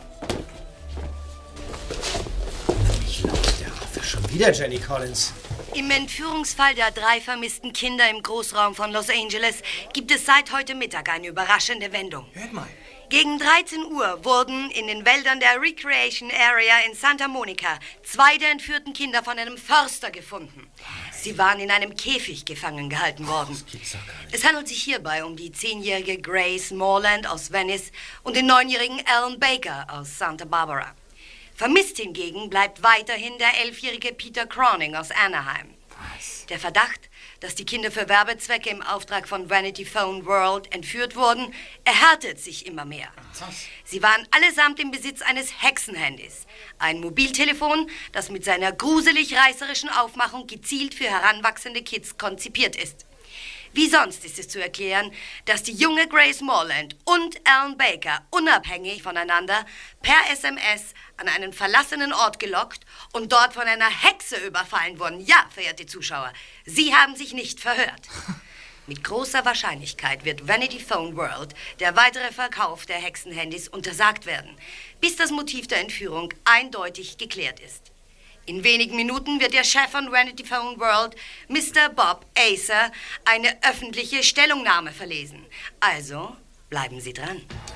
Schon wieder Jenny Collins. Im Entführungsfall der drei vermissten Kinder im Großraum von Los Angeles gibt es seit heute Mittag eine überraschende Wendung. Hört mal. Gegen dreizehn Uhr wurden in den Wäldern der Recreation Area in Santa Monica zwei der entführten Kinder von einem Förster gefunden. Sie waren in einem Käfig gefangen gehalten worden. Es handelt sich hierbei um die zehnjährige Grace Morland aus Venice und den neunjährigen Alan Baker aus Santa Barbara. Vermisst hingegen bleibt weiterhin der elfjährige Peter Croning aus Anaheim. Was? Der Verdacht, dass die Kinder für Werbezwecke im Auftrag von Vanity Phone World entführt wurden, erhärtet sich immer mehr. Sie waren allesamt im Besitz eines Hexenhandys. Ein Mobiltelefon, das mit seiner gruselig reißerischen Aufmachung gezielt für heranwachsende Kids konzipiert ist. Wie sonst ist es zu erklären, dass die junge Grace Morland und Alan Baker unabhängig voneinander per S M S an einen verlassenen Ort gelockt und dort von einer Hexe überfallen wurden. Ja, verehrte Zuschauer, Sie haben sich nicht verhört. Mit großer Wahrscheinlichkeit wird Vanity Phone World der weitere Verkauf der Hexenhandys untersagt werden, bis das Motiv der Entführung eindeutig geklärt ist. In wenigen Minuten wird der Chef von Vanity Phone World, Mister Bob Acer, eine öffentliche Stellungnahme verlesen. Also bleiben Sie dran.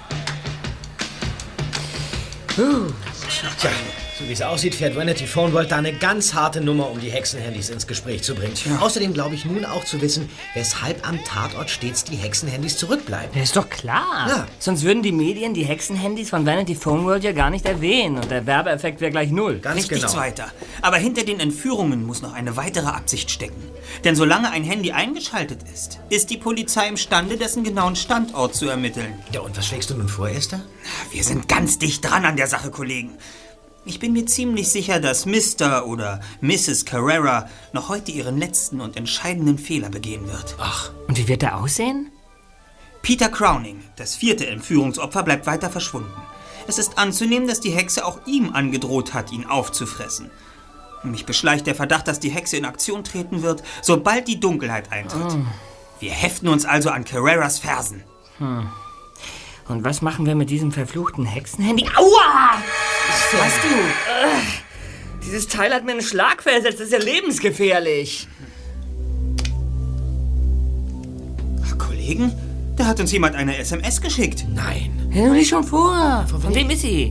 Uh, tja, so wie es aussieht, fährt Vanity Phone World da eine ganz harte Nummer, um die Hexenhandys ins Gespräch zu bringen. Ja. Außerdem glaube ich nun auch zu wissen, weshalb am Tatort stets die Hexenhandys zurückbleiben. Ja, ist doch klar. Ja. Sonst würden die Medien die Hexenhandys von Vanity Phone World ja gar nicht erwähnen und der Werbeeffekt wäre gleich null. Ganz Richtig, genau. Zweiter. Aber hinter den Entführungen muss noch eine weitere Absicht stecken. Denn solange ein Handy eingeschaltet ist, ist die Polizei imstande, dessen genauen Standort zu ermitteln. Ja, und was schlägst du nun vor, Esther? Wir sind ganz dicht dran an der Sache, Kollegen. Ich bin mir ziemlich sicher, dass Mister oder Misses Carrera noch heute ihren letzten und entscheidenden Fehler begehen wird. Ach, und wie wird der aussehen? Peter Crowning, das vierte Entführungsopfer, bleibt weiter verschwunden. Es ist anzunehmen, dass die Hexe auch ihm angedroht hat, ihn aufzufressen. Mich beschleicht der Verdacht, dass die Hexe in Aktion treten wird, sobald die Dunkelheit eintritt. Oh. Wir heften uns also an Carreras Fersen. Hm. Und was machen wir mit diesem verfluchten Hexenhandy? Aua! Weißt du, äh, dieses Teil hat mir einen Schlag versetzt. Das ist ja lebensgefährlich. Kollegen, da hat uns jemand eine S M S geschickt. Nein. Ja, nicht schon vor. Von, von wem ist sie?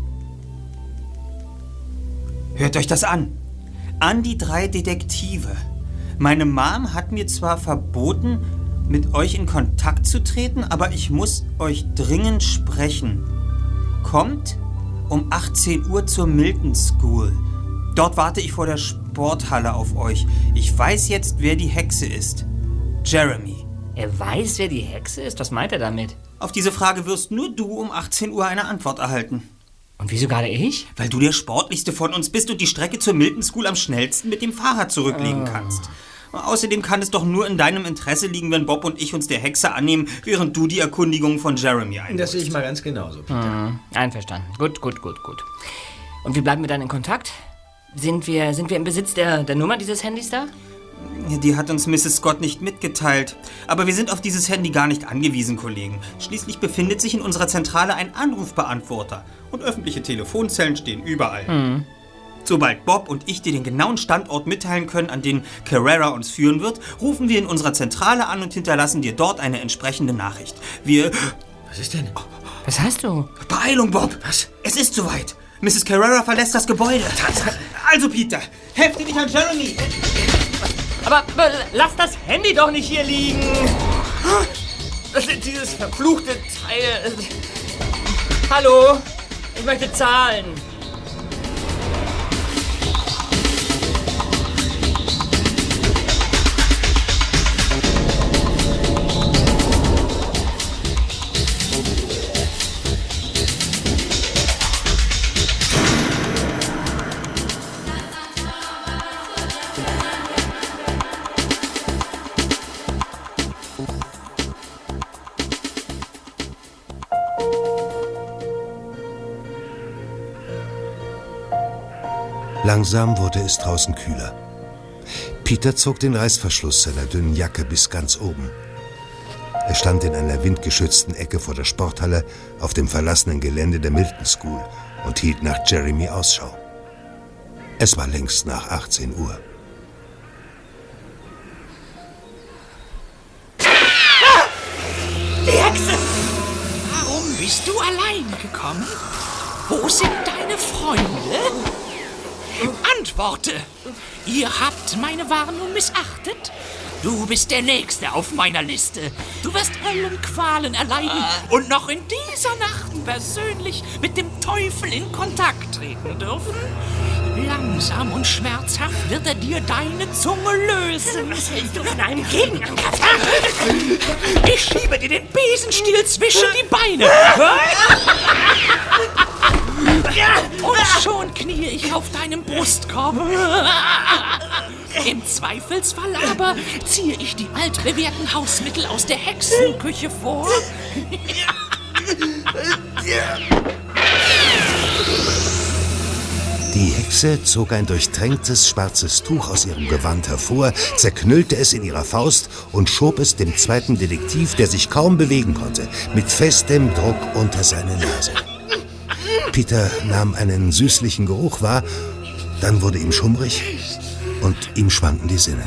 Hört euch das an. An die drei Detektive. Meine Mom hat mir zwar verboten, mit euch in Kontakt zu treten, aber ich muss euch dringend sprechen. Kommt um achtzehn Uhr zur Milton School. Dort warte ich vor der Sporthalle auf euch. Ich weiß jetzt, wer die Hexe ist. Jeremy. Er weiß, wer die Hexe ist? Was meint er damit? Auf diese Frage wirst nur du um achtzehn Uhr eine Antwort erhalten. Und wieso gerade ich? Weil du der Sportlichste von uns bist und die Strecke zur Milton School am schnellsten mit dem Fahrrad zurücklegen Oh. kannst. Außerdem kann es doch nur in deinem Interesse liegen, wenn Bob und ich uns der Hexe annehmen, während du die Erkundigung von Jeremy einholst. Das sehe ich mal ganz genauso, Peter. Hm, einverstanden. Gut, gut, gut, gut. Und wie bleiben wir dann in Kontakt? Sind wir, sind wir im Besitz der, der Nummer dieses Handys da? Die hat uns Misses Scott nicht mitgeteilt. Aber wir sind auf dieses Handy gar nicht angewiesen, Kollegen. Schließlich befindet sich in unserer Zentrale ein Anrufbeantworter. Und öffentliche Telefonzellen stehen überall. Hm. Sobald Bob und ich dir den genauen Standort mitteilen können, an den Carrera uns führen wird, rufen wir in unserer Zentrale an und hinterlassen dir dort eine entsprechende Nachricht. Wir... Was ist denn? Was hast du? Beeilung, Bob! Was? Es ist soweit! Misses Carrera verlässt das Gebäude. Also, Peter, hefte dich an Jeremy! Aber, aber lass das Handy doch nicht hier liegen! Dieses verfluchte Teil... Hallo? Ich möchte zahlen. Langsam wurde es draußen kühler. Peter zog den Reißverschluss seiner dünnen Jacke bis ganz oben. Er stand in einer windgeschützten Ecke vor der Sporthalle auf dem verlassenen Gelände der Milton School und hielt nach Jeremy Ausschau. Es war längst nach achtzehn Uhr. Die Hexe! Warum bist du allein gekommen? Wo sind deine Freunde? Antworte! Ihr habt meine Warnung missachtet? Du bist der Nächste auf meiner Liste. Du wirst Höllenqualen erleiden und noch in dieser Nacht persönlich mit dem Teufel in Kontakt treten dürfen. Langsam und schmerzhaft wird er dir deine Zunge lösen. Was hältst du von einem Gegenangriff? Ich schiebe dir den Besenstiel zwischen die Beine. Und schon knie ich auf deinem Brustkorb. Im Zweifelsfall aber ziehe ich die altbewährten Hausmittel aus der Hexenküche vor. Die Hexe zog ein durchtränktes schwarzes Tuch aus ihrem Gewand hervor, zerknüllte es in ihrer Faust und schob es dem zweiten Detektiv, der sich kaum bewegen konnte, mit festem Druck unter seine Nase. Peter nahm einen süßlichen Geruch wahr, dann wurde ihm schummrig und ihm schwanden die Sinne.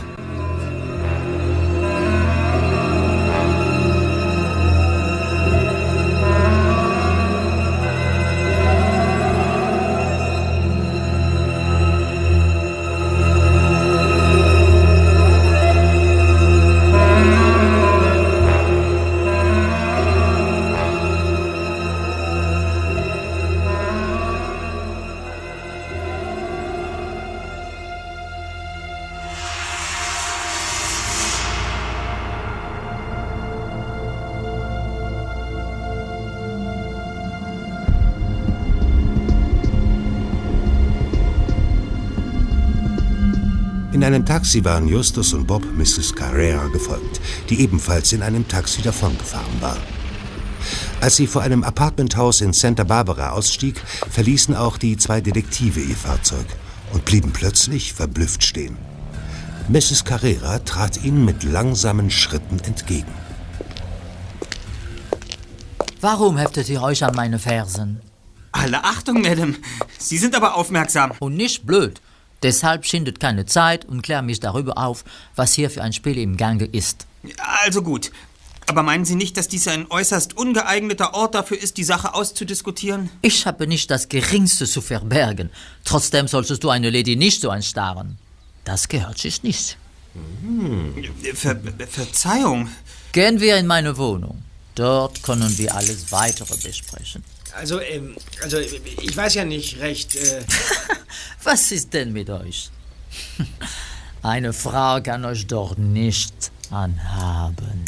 In einem Taxi waren Justus und Bob Misses Carrera gefolgt, die ebenfalls in einem Taxi davongefahren war. Als sie vor einem Apartmenthaus in Santa Barbara ausstieg, verließen auch die zwei Detektive ihr Fahrzeug und blieben plötzlich verblüfft stehen. Misses Carrera trat ihnen mit langsamen Schritten entgegen. Warum heftet ihr euch an meine Fersen? Alle Achtung, Madame. Sie sind aber aufmerksam. Und nicht blöd. Deshalb schindet keine Zeit und klär mich darüber auf, was hier für ein Spiel im Gange ist. Also gut. Aber meinen Sie nicht, dass dies ein äußerst ungeeigneter Ort dafür ist, die Sache auszudiskutieren? Ich habe nicht das Geringste zu verbergen. Trotzdem solltest du eine Lady nicht so anstarren. Das gehört sich nicht. Hm. Ver Verzeihung. Gehen wir in meine Wohnung. Dort können wir alles Weitere besprechen. Also, ähm, also ich weiß ja nicht recht. Äh Was ist denn mit euch? Eine Frau kann euch doch nicht anhaben.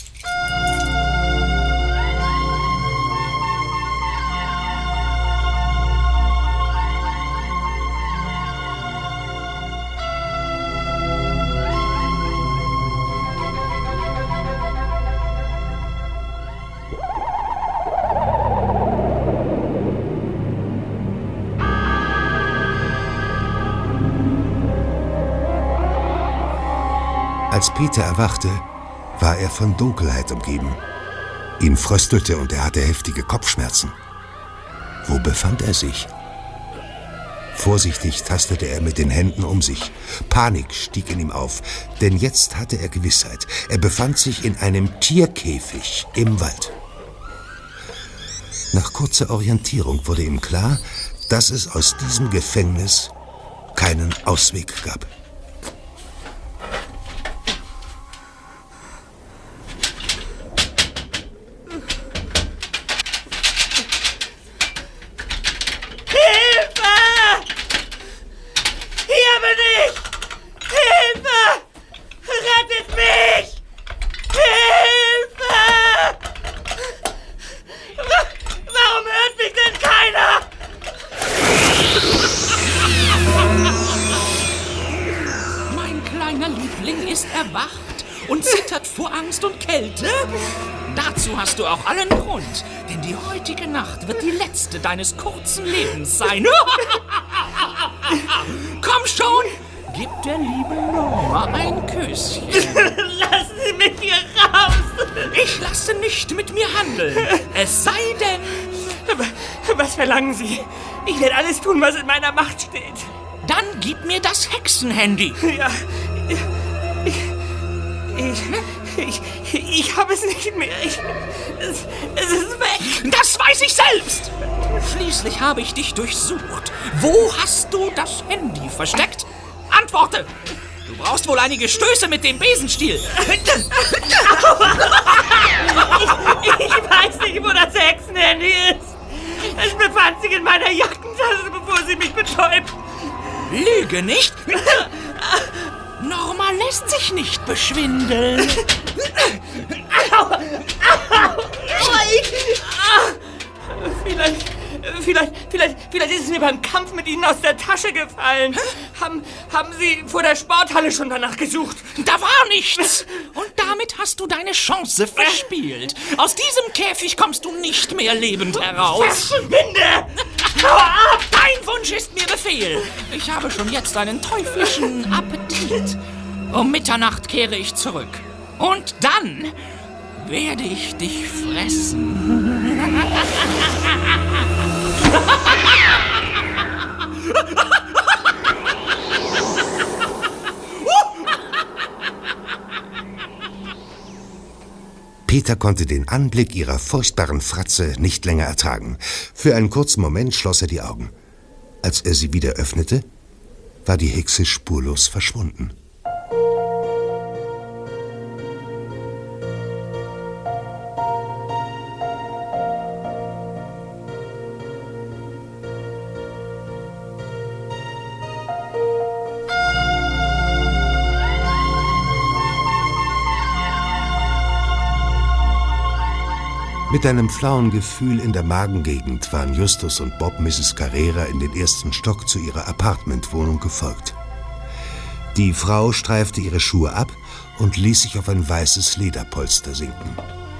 Als Peter erwachte, war er von Dunkelheit umgeben. Ihn fröstelte und er hatte heftige Kopfschmerzen. Wo befand er sich? Vorsichtig tastete er mit den Händen um sich. Panik stieg in ihm auf, denn jetzt hatte er Gewissheit. Er befand sich in einem Tierkäfig im Wald. Nach kurzer Orientierung wurde ihm klar, dass es aus diesem Gefängnis keinen Ausweg gab. Dazu hast du auch allen Grund, denn die heutige Nacht wird die letzte deines kurzen Lebens sein. Komm schon, gib der lieben Norma ein Küsschen. Lassen Sie mich hier raus! Ich lasse nicht mit mir handeln, es sei denn... Was verlangen Sie? Ich werde alles tun, was in meiner Macht steht. Dann gib mir das Hexenhandy. Ja, ich... Ich... Ich, ich habe es nicht mehr. Ich, es, es ist weg. Das weiß ich selbst. Schließlich habe ich dich durchsucht. Wo hast du das Handy versteckt? Antworte. Du brauchst wohl einige Stöße mit dem Besenstiel. ich, ich weiß nicht, wo das Hexenhandy ist. Es befand sich in meiner Jackentasche, bevor sie mich betäubt. Lüge nicht. Norma lässt sich nicht beschwindeln. Au! Au! Ich, ah, vielleicht, vielleicht, vielleicht, vielleicht ist es mir beim Kampf mit Ihnen aus der Tasche gefallen. Haben, haben Sie vor der Sporthalle schon danach gesucht? Da war nichts. Und damit hast du deine Chance verspielt. Aus diesem Käfig kommst du nicht mehr lebend heraus. Verschwinde! Hau ab! Dein Wunsch ist mir Befehl. Ich habe schon jetzt einen teuflischen Appetit. Um Mitternacht kehre ich zurück. Und dann werde ich dich fressen. Peter konnte den Anblick ihrer furchtbaren Fratze nicht länger ertragen. Für einen kurzen Moment schloss er die Augen. Als er sie wieder öffnete, war die Hexe spurlos verschwunden. Mit einem flauen Gefühl in der Magengegend waren Justus und Bob Misses Carrera in den ersten Stock zu ihrer Apartmentwohnung gefolgt. Die Frau streifte ihre Schuhe ab und ließ sich auf ein weißes Lederpolster sinken.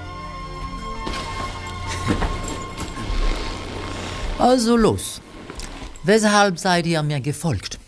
Also los. Weshalb seid ihr mir gefolgt?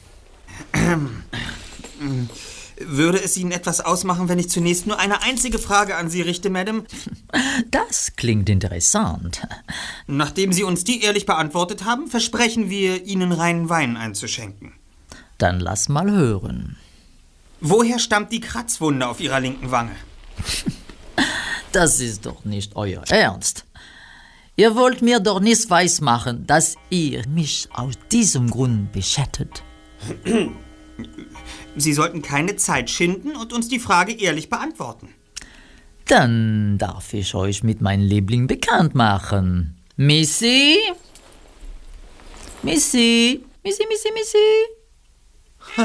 Würde es Ihnen etwas ausmachen, wenn ich zunächst nur eine einzige Frage an Sie richte, Madame? Das klingt interessant. Nachdem Sie uns die ehrlich beantwortet haben, versprechen wir, Ihnen reinen Wein einzuschenken. Dann lass mal hören. Woher stammt die Kratzwunde auf Ihrer linken Wange? Das ist doch nicht euer Ernst. Ihr wollt mir doch nicht weismachen, dass ihr mich aus diesem Grund beschattet. Sie sollten keine Zeit schinden und uns die Frage ehrlich beantworten. Dann darf ich euch mit meinem Liebling bekannt machen. Missy? Missy? Missy, Missy, Missy?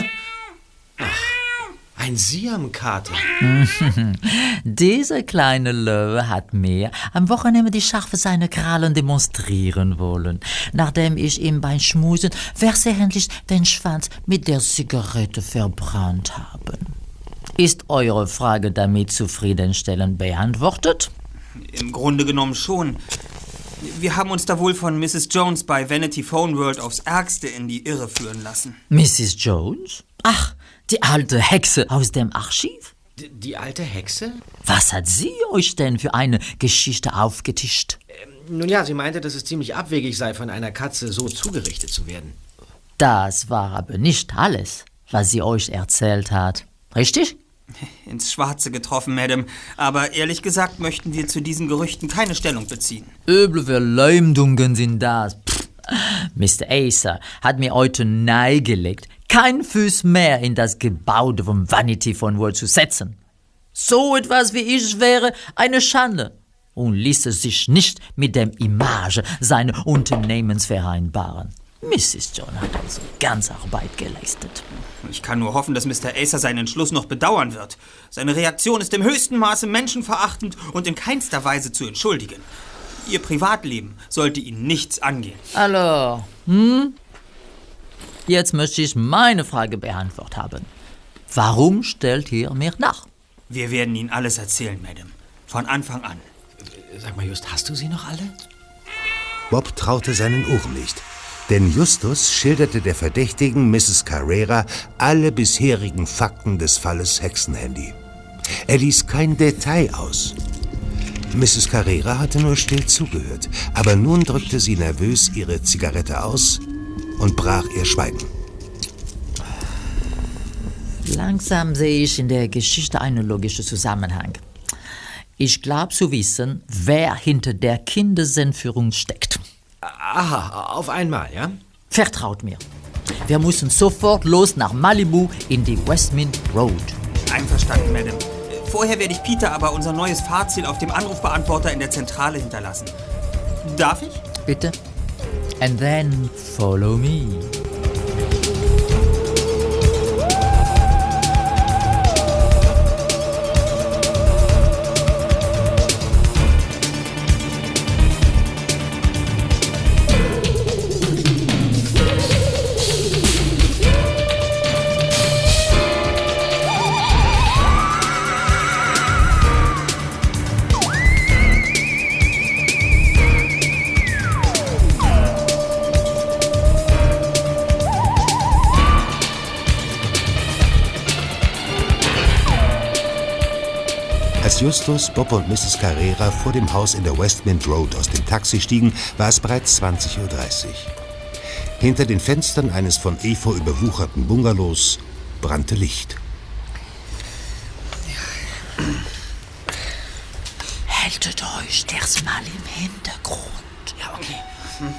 Ein Siamkater. Dieser kleine Löwe hat mir am Wochenende die Schärfe seiner Krallen demonstrieren wollen, nachdem ich ihm beim Schmusen versehentlich den Schwanz mit der Zigarette verbrannt habe. Ist eure Frage damit zufriedenstellend beantwortet? Im Grunde genommen schon. Wir haben uns da wohl von Misses Jones bei Vanity Phone World aufs Ärgste in die Irre führen lassen. Misses Jones? Ach, die alte Hexe aus dem Archiv? Die, die alte Hexe? Was hat sie euch denn für eine Geschichte aufgetischt? Ähm, nun ja, sie meinte, dass es ziemlich abwegig sei, von einer Katze so zugerichtet zu werden. Das war aber nicht alles, was sie euch erzählt hat. Richtig? Ins Schwarze getroffen, Madame. Aber ehrlich gesagt möchten wir zu diesen Gerüchten keine Stellung beziehen. Üble Verleumdungen sind das. Pff. Mister Acer hat mir heute nahegelegt, kein Fuß mehr in das Gebäude vom Vanity Phone World zu setzen. So etwas wie ich wäre eine Schande und ließe sich nicht mit dem Image seines Unternehmens vereinbaren. Misses John hat also ganz Arbeit geleistet. Ich kann nur hoffen, dass Mister Acer seinen Entschluss noch bedauern wird. Seine Reaktion ist im höchsten Maße menschenverachtend und in keinster Weise zu entschuldigen. Ihr Privatleben sollte ihn nichts angehen. Hallo, hm? Jetzt möchte ich meine Frage beantwortet haben. Warum stellt ihr mir nach? Wir werden Ihnen alles erzählen, Madame. Von Anfang an. Sag mal, Just, hast du sie noch alle? Bob traute seinen Ohren nicht. Denn Justus schilderte der Verdächtigen Misses Carrera alle bisherigen Fakten des Falles Hexenhandy. Er ließ kein Detail aus. Misses Carrera hatte nur still zugehört, aber nun drückte sie nervös ihre Zigarette aus und brach ihr Schweigen. Langsam sehe ich in der Geschichte einen logischen Zusammenhang. Ich glaube zu wissen, wer hinter der Kindesentführung steckt. Aha, auf einmal, ja? Vertraut mir. Wir müssen sofort los nach Malibu in die Westmint Road. Einverstanden, Madame. Vorher werde ich Peter aber unser neues Fahrziel auf dem Anrufbeantworter in der Zentrale hinterlassen. Darf ich? Bitte. And then follow me. Als Justus, Bob und Misses Carrera vor dem Haus in der Westmint Road aus dem Taxi stiegen, war es bereits zwanzig Uhr dreißig. Hinter den Fenstern eines von Efeu überwucherten Bungalows brannte Licht. Haltet euch das mal im Hintergrund. Ja, okay. Hm.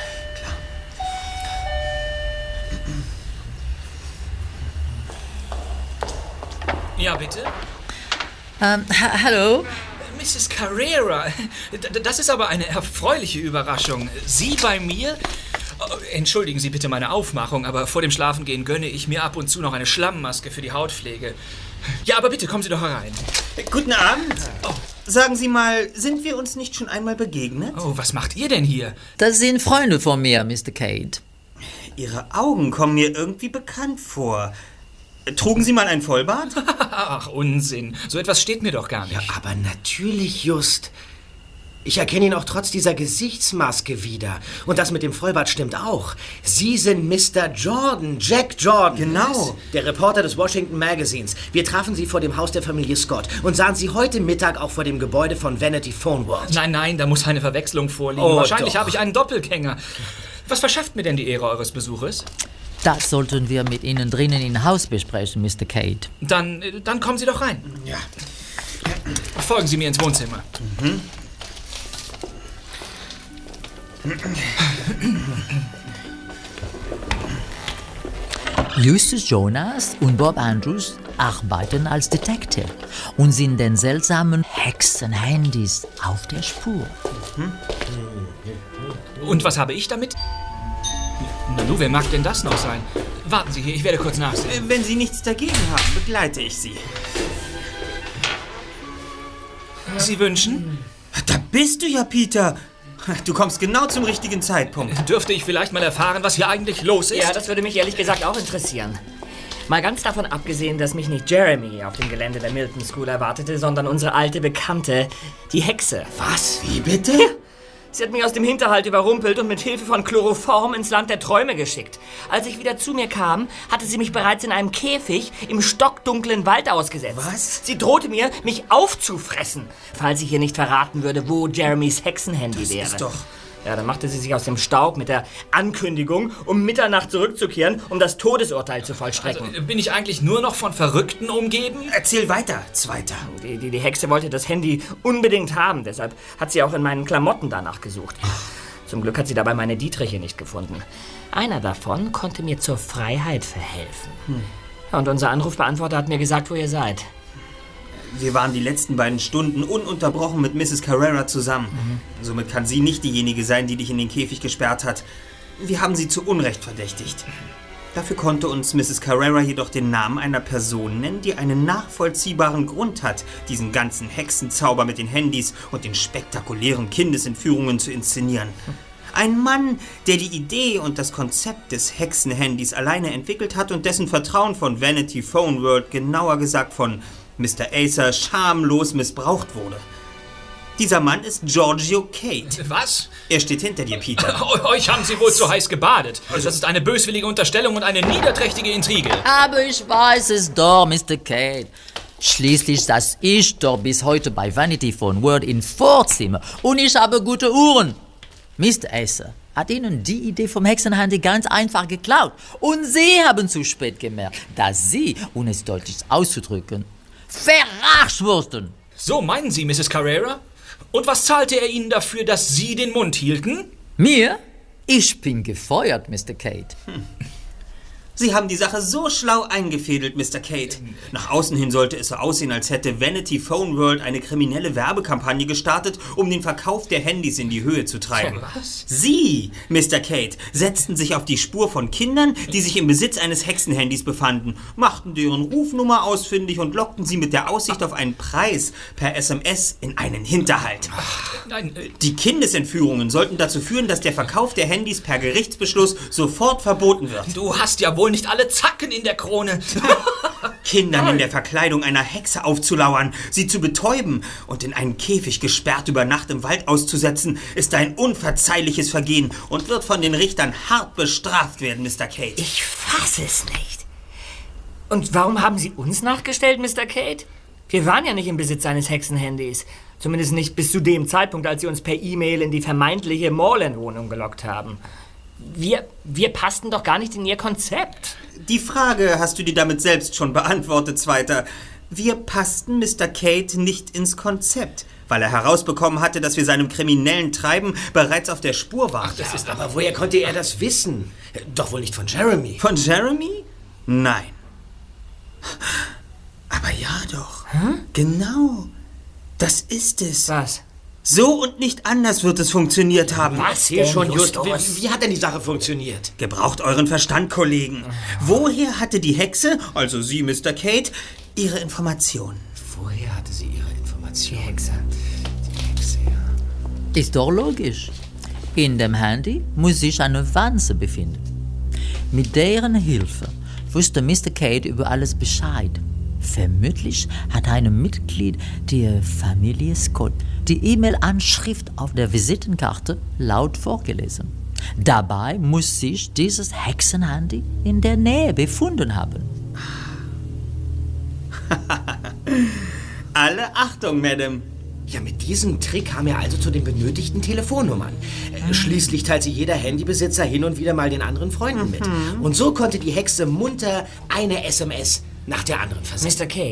Klar. Ja, bitte? Ähm, ha hallo? Misses Carrera, das ist aber eine erfreuliche Überraschung. Sie bei mir? Entschuldigen Sie bitte meine Aufmachung, aber vor dem Schlafengehen gönne ich mir ab und zu noch eine Schlammmaske für die Hautpflege. Ja, aber bitte, kommen Sie doch herein. Guten Abend. Oh. Sagen Sie mal, sind wir uns nicht schon einmal begegnet? Oh, was macht ihr denn hier? Das sind Freunde von mir, Mister Cade. Ihre Augen kommen mir irgendwie bekannt vor. Trugen Sie mal ein Vollbart? Ach, Unsinn. So etwas steht mir doch gar nicht. Ja, aber natürlich, Just. Ich erkenne ihn auch trotz dieser Gesichtsmaske wieder. Und das mit dem Vollbart stimmt auch. Sie sind Mister Jordan, Jack Jordan. Genau. Der Reporter des Washington Magazines. Wir trafen Sie vor dem Haus der Familie Scott und sahen Sie heute Mittag auch vor dem Gebäude von Vanity Phone World. Nein, nein, da muss eine Verwechslung vorliegen. Oh, Wahrscheinlich doch. habe ich einen Doppelgänger. Was verschafft mir denn die Ehre eures Besuches? Das sollten wir mit Ihnen drinnen im Haus besprechen, Mister Cade. Dann, dann kommen Sie doch rein. Ja. Folgen Sie mir ins Wohnzimmer. Mhm. Justus Jonas und Bob Andrews arbeiten als Detective und sind den seltsamen Hexenhandys auf der Spur. Und was habe ich damit? Nanu, wer mag denn das noch sein? Warten Sie hier, ich werde kurz nachsehen. Wenn Sie nichts dagegen haben, begleite ich Sie. Sie wünschen? Da bist du ja, Peter. Du kommst genau zum richtigen Zeitpunkt. Dürfte ich vielleicht mal erfahren, was hier eigentlich los ist? Ja, das würde mich ehrlich gesagt auch interessieren. Mal ganz davon abgesehen, dass mich nicht Jeremy auf dem Gelände der Milton School erwartete, sondern unsere alte Bekannte, die Hexe. Was? Wie bitte? Sie hat mich aus dem Hinterhalt überrumpelt und mit Hilfe von Chloroform ins Land der Träume geschickt. Als ich wieder zu mir kam, hatte sie mich bereits in einem Käfig im stockdunklen Wald ausgesetzt. Was? Sie drohte mir, mich aufzufressen, falls ich ihr nicht verraten würde, wo Jeremys Hexenhandy das wäre. Ist doch... Ja, dann machte sie sich aus dem Staub mit der Ankündigung, um Mitternacht zurückzukehren, um das Todesurteil zu vollstrecken. Also, bin ich eigentlich nur noch von Verrückten umgeben? Erzähl weiter, Zweiter. Die, die, die Hexe wollte das Handy unbedingt haben, deshalb hat sie auch in meinen Klamotten danach gesucht. Zum Glück hat sie dabei meine Dietriche nicht gefunden. Einer davon konnte mir zur Freiheit verhelfen. Hm. Und unser Anrufbeantworter hat mir gesagt, wo ihr seid. Wir waren die letzten beiden Stunden ununterbrochen mit Misses Carrera zusammen. Mhm. Somit kann sie nicht diejenige sein, die dich in den Käfig gesperrt hat. Wir haben sie zu Unrecht verdächtigt. Dafür konnte uns Misses Carrera jedoch den Namen einer Person nennen, die einen nachvollziehbaren Grund hat, diesen ganzen Hexenzauber mit den Handys und den spektakulären Kindesentführungen zu inszenieren. Ein Mann, der die Idee und das Konzept des Hexenhandys alleine entwickelt hat und dessen Vertrauen von Vanity Phone World, genauer gesagt von Mister Acer, schamlos missbraucht wurde. Dieser Mann ist Giorgio Cade. Was? Er steht hinter dir, Peter. Euch haben sie wohl zu heiß gebadet. Das ist eine böswillige Unterstellung und eine niederträchtige Intrige. Aber ich weiß es doch, Mister Cade. Schließlich saß ich doch bis heute bei Vanity Phone World im Vorzimmer und ich habe gute Uhren. Mister Acer hat Ihnen die Idee vom Hexenhandy ganz einfach geklaut. Und Sie haben zu spät gemerkt, dass Sie, um es deutlich auszudrücken, verarscht wurden. So meinen Sie, Misses Carrera? Und was zahlte er Ihnen dafür, dass Sie den Mund hielten? Mir? Ich bin gefeuert, Mister Cade. Hm. Sie haben die Sache so schlau eingefädelt, Mister Cade. Nach außen hin sollte es so aussehen, als hätte Vanity Phone World eine kriminelle Werbekampagne gestartet, um den Verkauf der Handys in die Höhe zu treiben. Was? Sie, Mister Cade, setzten sich auf die Spur von Kindern, die sich im Besitz eines Hexenhandys befanden, machten deren Rufnummer ausfindig und lockten sie mit der Aussicht auf einen Preis per S M S in einen Hinterhalt. Ach, nein, äh, die Kindesentführungen sollten dazu führen, dass der Verkauf der Handys per Gerichtsbeschluss sofort verboten wird. Du hast ja wohl nicht alle Zacken in der Krone. Kindern in der Verkleidung einer Hexe aufzulauern, sie zu betäuben und in einen Käfig gesperrt über Nacht im Wald auszusetzen, ist ein unverzeihliches Vergehen und wird von den Richtern hart bestraft werden, Mister Cade. Ich fasse es nicht. Und warum haben Sie uns nachgestellt, Mister Cade? Wir waren ja nicht im Besitz eines Hexenhandys. Zumindest nicht bis zu dem Zeitpunkt, als Sie uns per E-Mail in die vermeintliche Moreland-Wohnung gelockt haben. Wir, wir passten doch gar nicht in Ihr Konzept. Die Frage hast du dir damit selbst schon beantwortet, Zweiter. Wir passten Mister Cade nicht ins Konzept, weil er herausbekommen hatte, dass wir seinem kriminellen Treiben bereits auf der Spur waren. Ach, das ist aber woher konnte er das wissen? Doch wohl nicht von Jeremy. Von Jeremy? Nein. Aber ja doch. Hm? Genau. Das ist es. Was? So und nicht anders wird es funktioniert haben. Was hier schon, Justus? Wie, wie hat denn die Sache funktioniert? Gebraucht euren Verstand, Kollegen. Woher hatte die Hexe, also Sie, Mister Cade, ihre Informationen? Woher hatte sie ihre Informationen? Die Hexe. Die Hexe, ja. Ist doch logisch. In dem Handy muss sich eine Wanze befinden. Mit deren Hilfe wusste Mister Cade über alles Bescheid. Vermutlich hat ein Mitglied der Familie Scott die E-Mail-Anschrift auf der Visitenkarte laut vorgelesen. Dabei muss sich dieses Hexenhandy in der Nähe befunden haben. Alle Achtung, Madame. Ja, mit diesem Trick kam er also zu den benötigten Telefonnummern. Äh, Schließlich teilte jeder Handybesitzer hin und wieder mal den anderen Freunden mit. Und so konnte die Hexe munter eine S M S nach der anderen versenden. Mister Cade,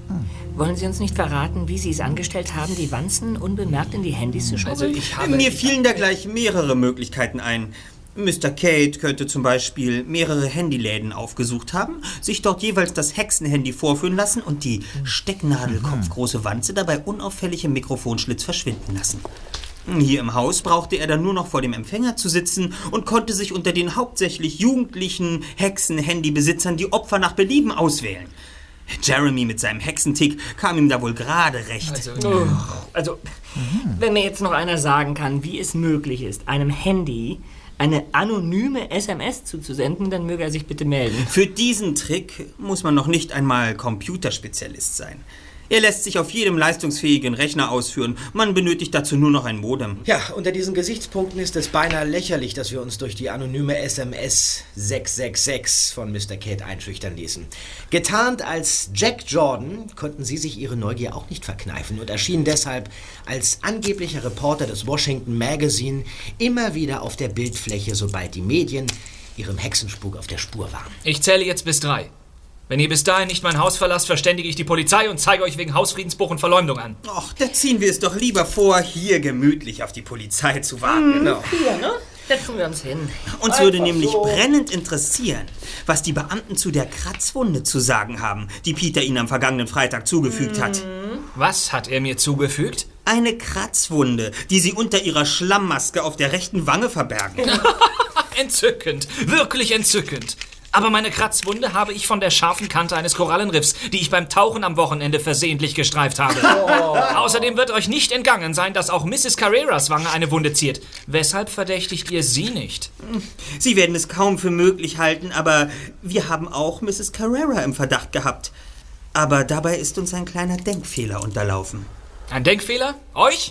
Wollen Sie uns nicht verraten, wie Sie es angestellt haben, die Wanzen unbemerkt in die Handys zu schmuggeln? Also ich habe, Mir fielen da gleich mehrere Möglichkeiten ein. Mister Kate könnte zum Beispiel mehrere Handyläden aufgesucht haben, sich dort jeweils das Hexenhandy vorführen lassen und die stecknadelkopfgroße Wanze dabei unauffällig im Mikrofonschlitz verschwinden lassen. Hier im Haus brauchte er dann nur noch vor dem Empfänger zu sitzen und konnte sich unter den hauptsächlich jugendlichen Hexen-Handybesitzern die Opfer nach Belieben auswählen. Jeremy mit seinem Hexentick kam ihm da wohl gerade recht. Also, oh, also wenn mir jetzt noch einer sagen kann, wie es möglich ist, einem Handy eine anonyme S M S zuzusenden, dann möge er sich bitte melden. Für diesen Trick muss man noch nicht einmal Computerspezialist sein. Er lässt sich auf jedem leistungsfähigen Rechner ausführen. Man benötigt dazu nur noch ein Modem. Ja, unter diesen Gesichtspunkten ist es beinahe lächerlich, dass wir uns durch die anonyme S M S sechs sechs sechs von Mister Kate einschüchtern ließen. Getarnt als Jack Jordan konnten sie sich ihre Neugier auch nicht verkneifen und erschienen deshalb als angeblicher Reporter des Washington Magazine immer wieder auf der Bildfläche, sobald die Medien ihrem Hexenspuk auf der Spur waren. Ich zähle jetzt bis drei. Wenn ihr bis dahin nicht mein Haus verlasst, verständige ich die Polizei und zeige euch wegen Hausfriedensbruch und Verleumdung an. Ach, da ziehen wir es doch lieber vor, hier gemütlich auf die Polizei zu warten. Genau. Hier, ne? Setzen wir uns hin. Uns Einfach würde nämlich so brennend interessieren, was die Beamten zu der Kratzwunde zu sagen haben, die Peter ihnen am vergangenen Freitag zugefügt hat. Was hat er mir zugefügt? Eine Kratzwunde, die sie unter ihrer Schlammmaske auf der rechten Wange verbergen. Entzückend, wirklich entzückend. Aber meine Kratzwunde habe ich von der scharfen Kante eines Korallenriffs, die ich beim Tauchen am Wochenende versehentlich gestreift habe. Oh. Außerdem wird euch nicht entgangen sein, dass auch Misses Carreras Wange eine Wunde ziert. Weshalb verdächtigt ihr sie nicht? Sie werden es kaum für möglich halten, aber wir haben auch Misses Carrera im Verdacht gehabt. Aber dabei ist uns ein kleiner Denkfehler unterlaufen. Ein Denkfehler? Euch?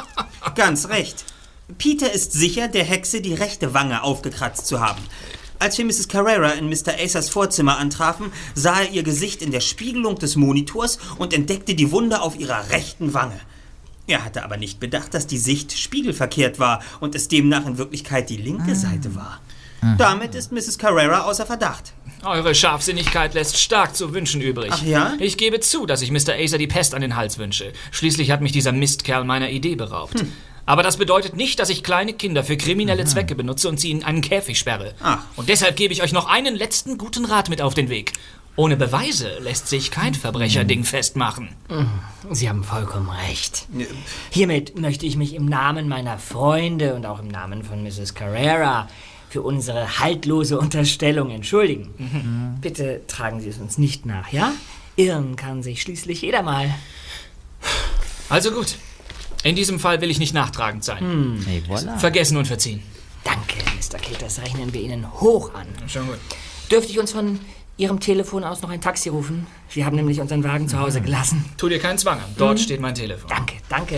Ganz recht. Peter ist sicher, der Hexe die rechte Wange aufgekratzt zu haben. Als wir Misses Carrera in Mister Acers Vorzimmer antrafen, sah er ihr Gesicht in der Spiegelung des Monitors und entdeckte die Wunde auf ihrer rechten Wange. Er hatte aber nicht bedacht, dass die Sicht spiegelverkehrt war und es demnach in Wirklichkeit die linke Seite war. Damit ist Misses Carrera außer Verdacht. Eure Scharfsinnigkeit lässt stark zu wünschen übrig. Ach ja? Ich gebe zu, dass ich Mister Acer die Pest an den Hals wünsche. Schließlich hat mich dieser Mistkerl meiner Idee beraubt. Hm. Aber das bedeutet nicht, dass ich kleine Kinder für kriminelle Zwecke benutze und sie in einen Käfig sperre. Ach. Und deshalb gebe ich euch noch einen letzten guten Rat mit auf den Weg. Ohne Beweise lässt sich kein Verbrecherding festmachen. Sie haben vollkommen recht. Hiermit möchte ich mich im Namen meiner Freunde und auch im Namen von Misses Carrera für unsere haltlose Unterstellung entschuldigen. Mhm. Bitte tragen Sie es uns nicht nach, ja? Irren kann sich schließlich jeder mal. Also gut. In diesem Fall will ich nicht nachtragend sein. Hm. Hey, voilà. Vergessen und verziehen. Danke, Mister Kate, das rechnen wir Ihnen hoch an. Schon gut. Dürfte ich uns von Ihrem Telefon aus noch ein Taxi rufen? Wir haben nämlich unseren Wagen zu Hause gelassen. Tu dir keinen Zwang an. Dort hm. steht mein Telefon. Danke, danke.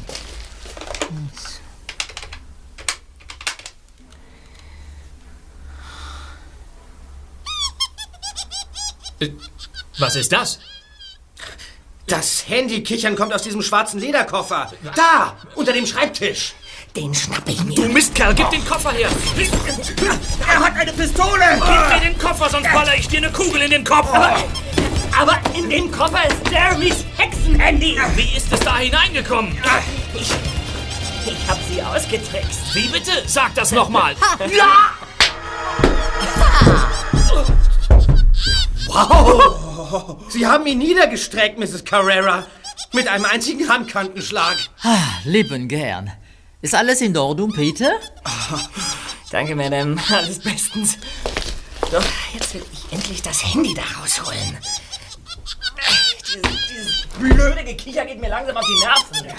Was ist das? Das Handykichern kommt aus diesem schwarzen Lederkoffer. Da, unter dem Schreibtisch. Den schnapp ich mir. Du Mistkerl, gib den Koffer her. Er hat eine Pistole. Gib mir den Koffer, sonst baller ich dir eine Kugel in den Kopf. Aber, aber in dem Koffer ist Jeremys Hexenhandy. Wie ist es da hineingekommen? Ich, ich hab sie ausgetrickst. Wie bitte? Sag das nochmal. Ja! Wow! Sie haben ihn niedergestreckt, Misses Carrera. Mit einem einzigen Handkantenschlag. Ah, lieben gern. Ist alles in Ordnung, Peter? Oh, danke, Madame. Alles bestens. Doch, jetzt will ich endlich das Handy da rausholen. Dieses, dieses blöde Gekicher geht mir langsam auf die Nerven.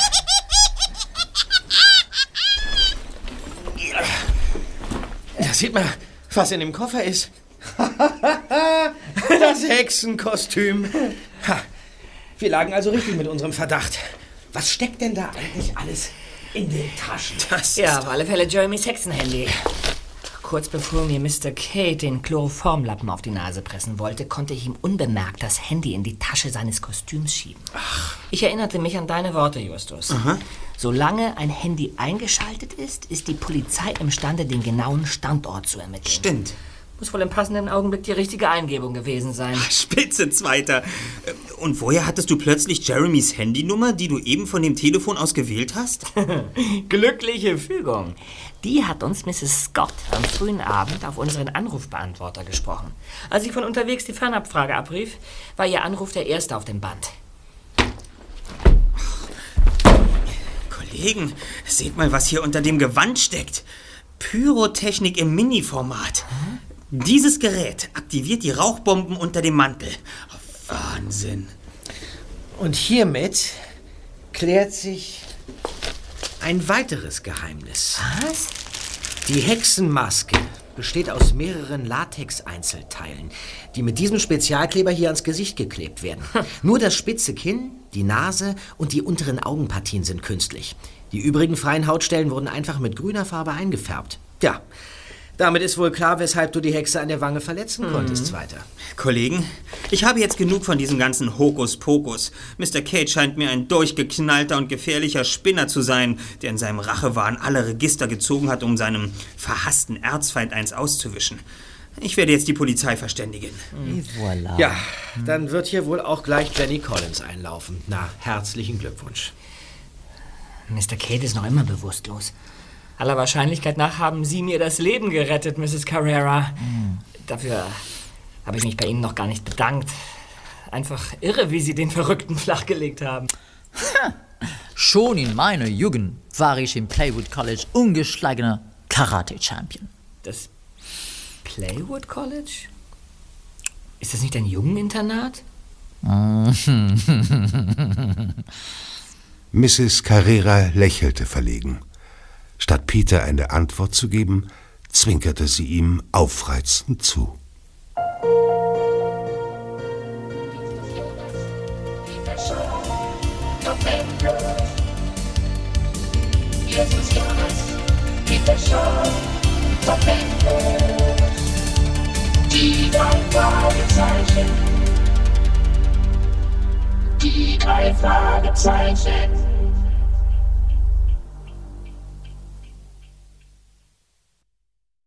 Da sieht man, was in dem Koffer ist. Das Hexenkostüm. Ha. Wir lagen also richtig mit unserem Verdacht. Was steckt denn da eigentlich alles in den Taschen? Das ja, auf alle Fälle Jeremys Hexenhandy. Kurz bevor mir Mister Kate den Chloroformlappen auf die Nase pressen wollte, konnte ich ihm unbemerkt das Handy in die Tasche seines Kostüms schieben. Ach. Ich erinnerte mich an deine Worte, Justus. Aha. Solange ein Handy eingeschaltet ist, ist die Polizei imstande, den genauen Standort zu ermitteln. Stimmt. Muss wohl im passenden Augenblick die richtige Eingebung gewesen sein. Spitze, Zweiter. Und woher hattest du plötzlich Jeremys Handynummer, die du eben von dem Telefon aus gewählt hast? Glückliche Fügung. Die hat uns Misses Scott am frühen Abend auf unseren Anrufbeantworter gesprochen. Als ich von unterwegs die Fernabfrage abrief, war ihr Anruf der erste auf dem Band. Kollegen, seht mal, was hier unter dem Gewand steckt. Pyrotechnik im Mini-Format. Hm? Dieses Gerät aktiviert die Rauchbomben unter dem Mantel. Oh, Wahnsinn. Und hiermit klärt sich ein weiteres Geheimnis. Was? Die Hexenmaske besteht aus mehreren Latex-Einzelteilen, die mit diesem Spezialkleber hier ans Gesicht geklebt werden. Nur das spitze Kinn, die Nase und die unteren Augenpartien sind künstlich. Die übrigen freien Hautstellen wurden einfach mit grüner Farbe eingefärbt. Ja, damit ist wohl klar, weshalb du die Hexe an der Wange verletzen mhm. konntest, Zweiter. Kollegen, ich habe jetzt genug von diesem ganzen Hokuspokus. Mister Cage scheint mir ein durchgeknallter und gefährlicher Spinner zu sein, der in seinem Rachewahn alle Register gezogen hat, um seinem verhassten Erzfeind eins auszuwischen. Ich werde jetzt die Polizei verständigen. Mhm. Voilà. Ja, dann wird hier wohl auch gleich Jenny Collins einlaufen. Na, herzlichen Glückwunsch. Mister Cage ist noch immer bewusstlos. Aller Wahrscheinlichkeit nach haben Sie mir das Leben gerettet, Misses Carrera. Mhm. Dafür habe ich mich bei Ihnen noch gar nicht bedankt. Einfach irre, wie Sie den Verrückten flachgelegt haben. Schon in meiner Jugend war ich im Playwood College ungeschlagener Karate-Champion. Das Playwood College? Ist das nicht ein Jungeninternat? Misses Carrera lächelte verlegen. Statt Peter eine Antwort zu geben, zwinkerte sie ihm aufreizend zu. Die drei Fragezeichen. Die drei Fragezeichen.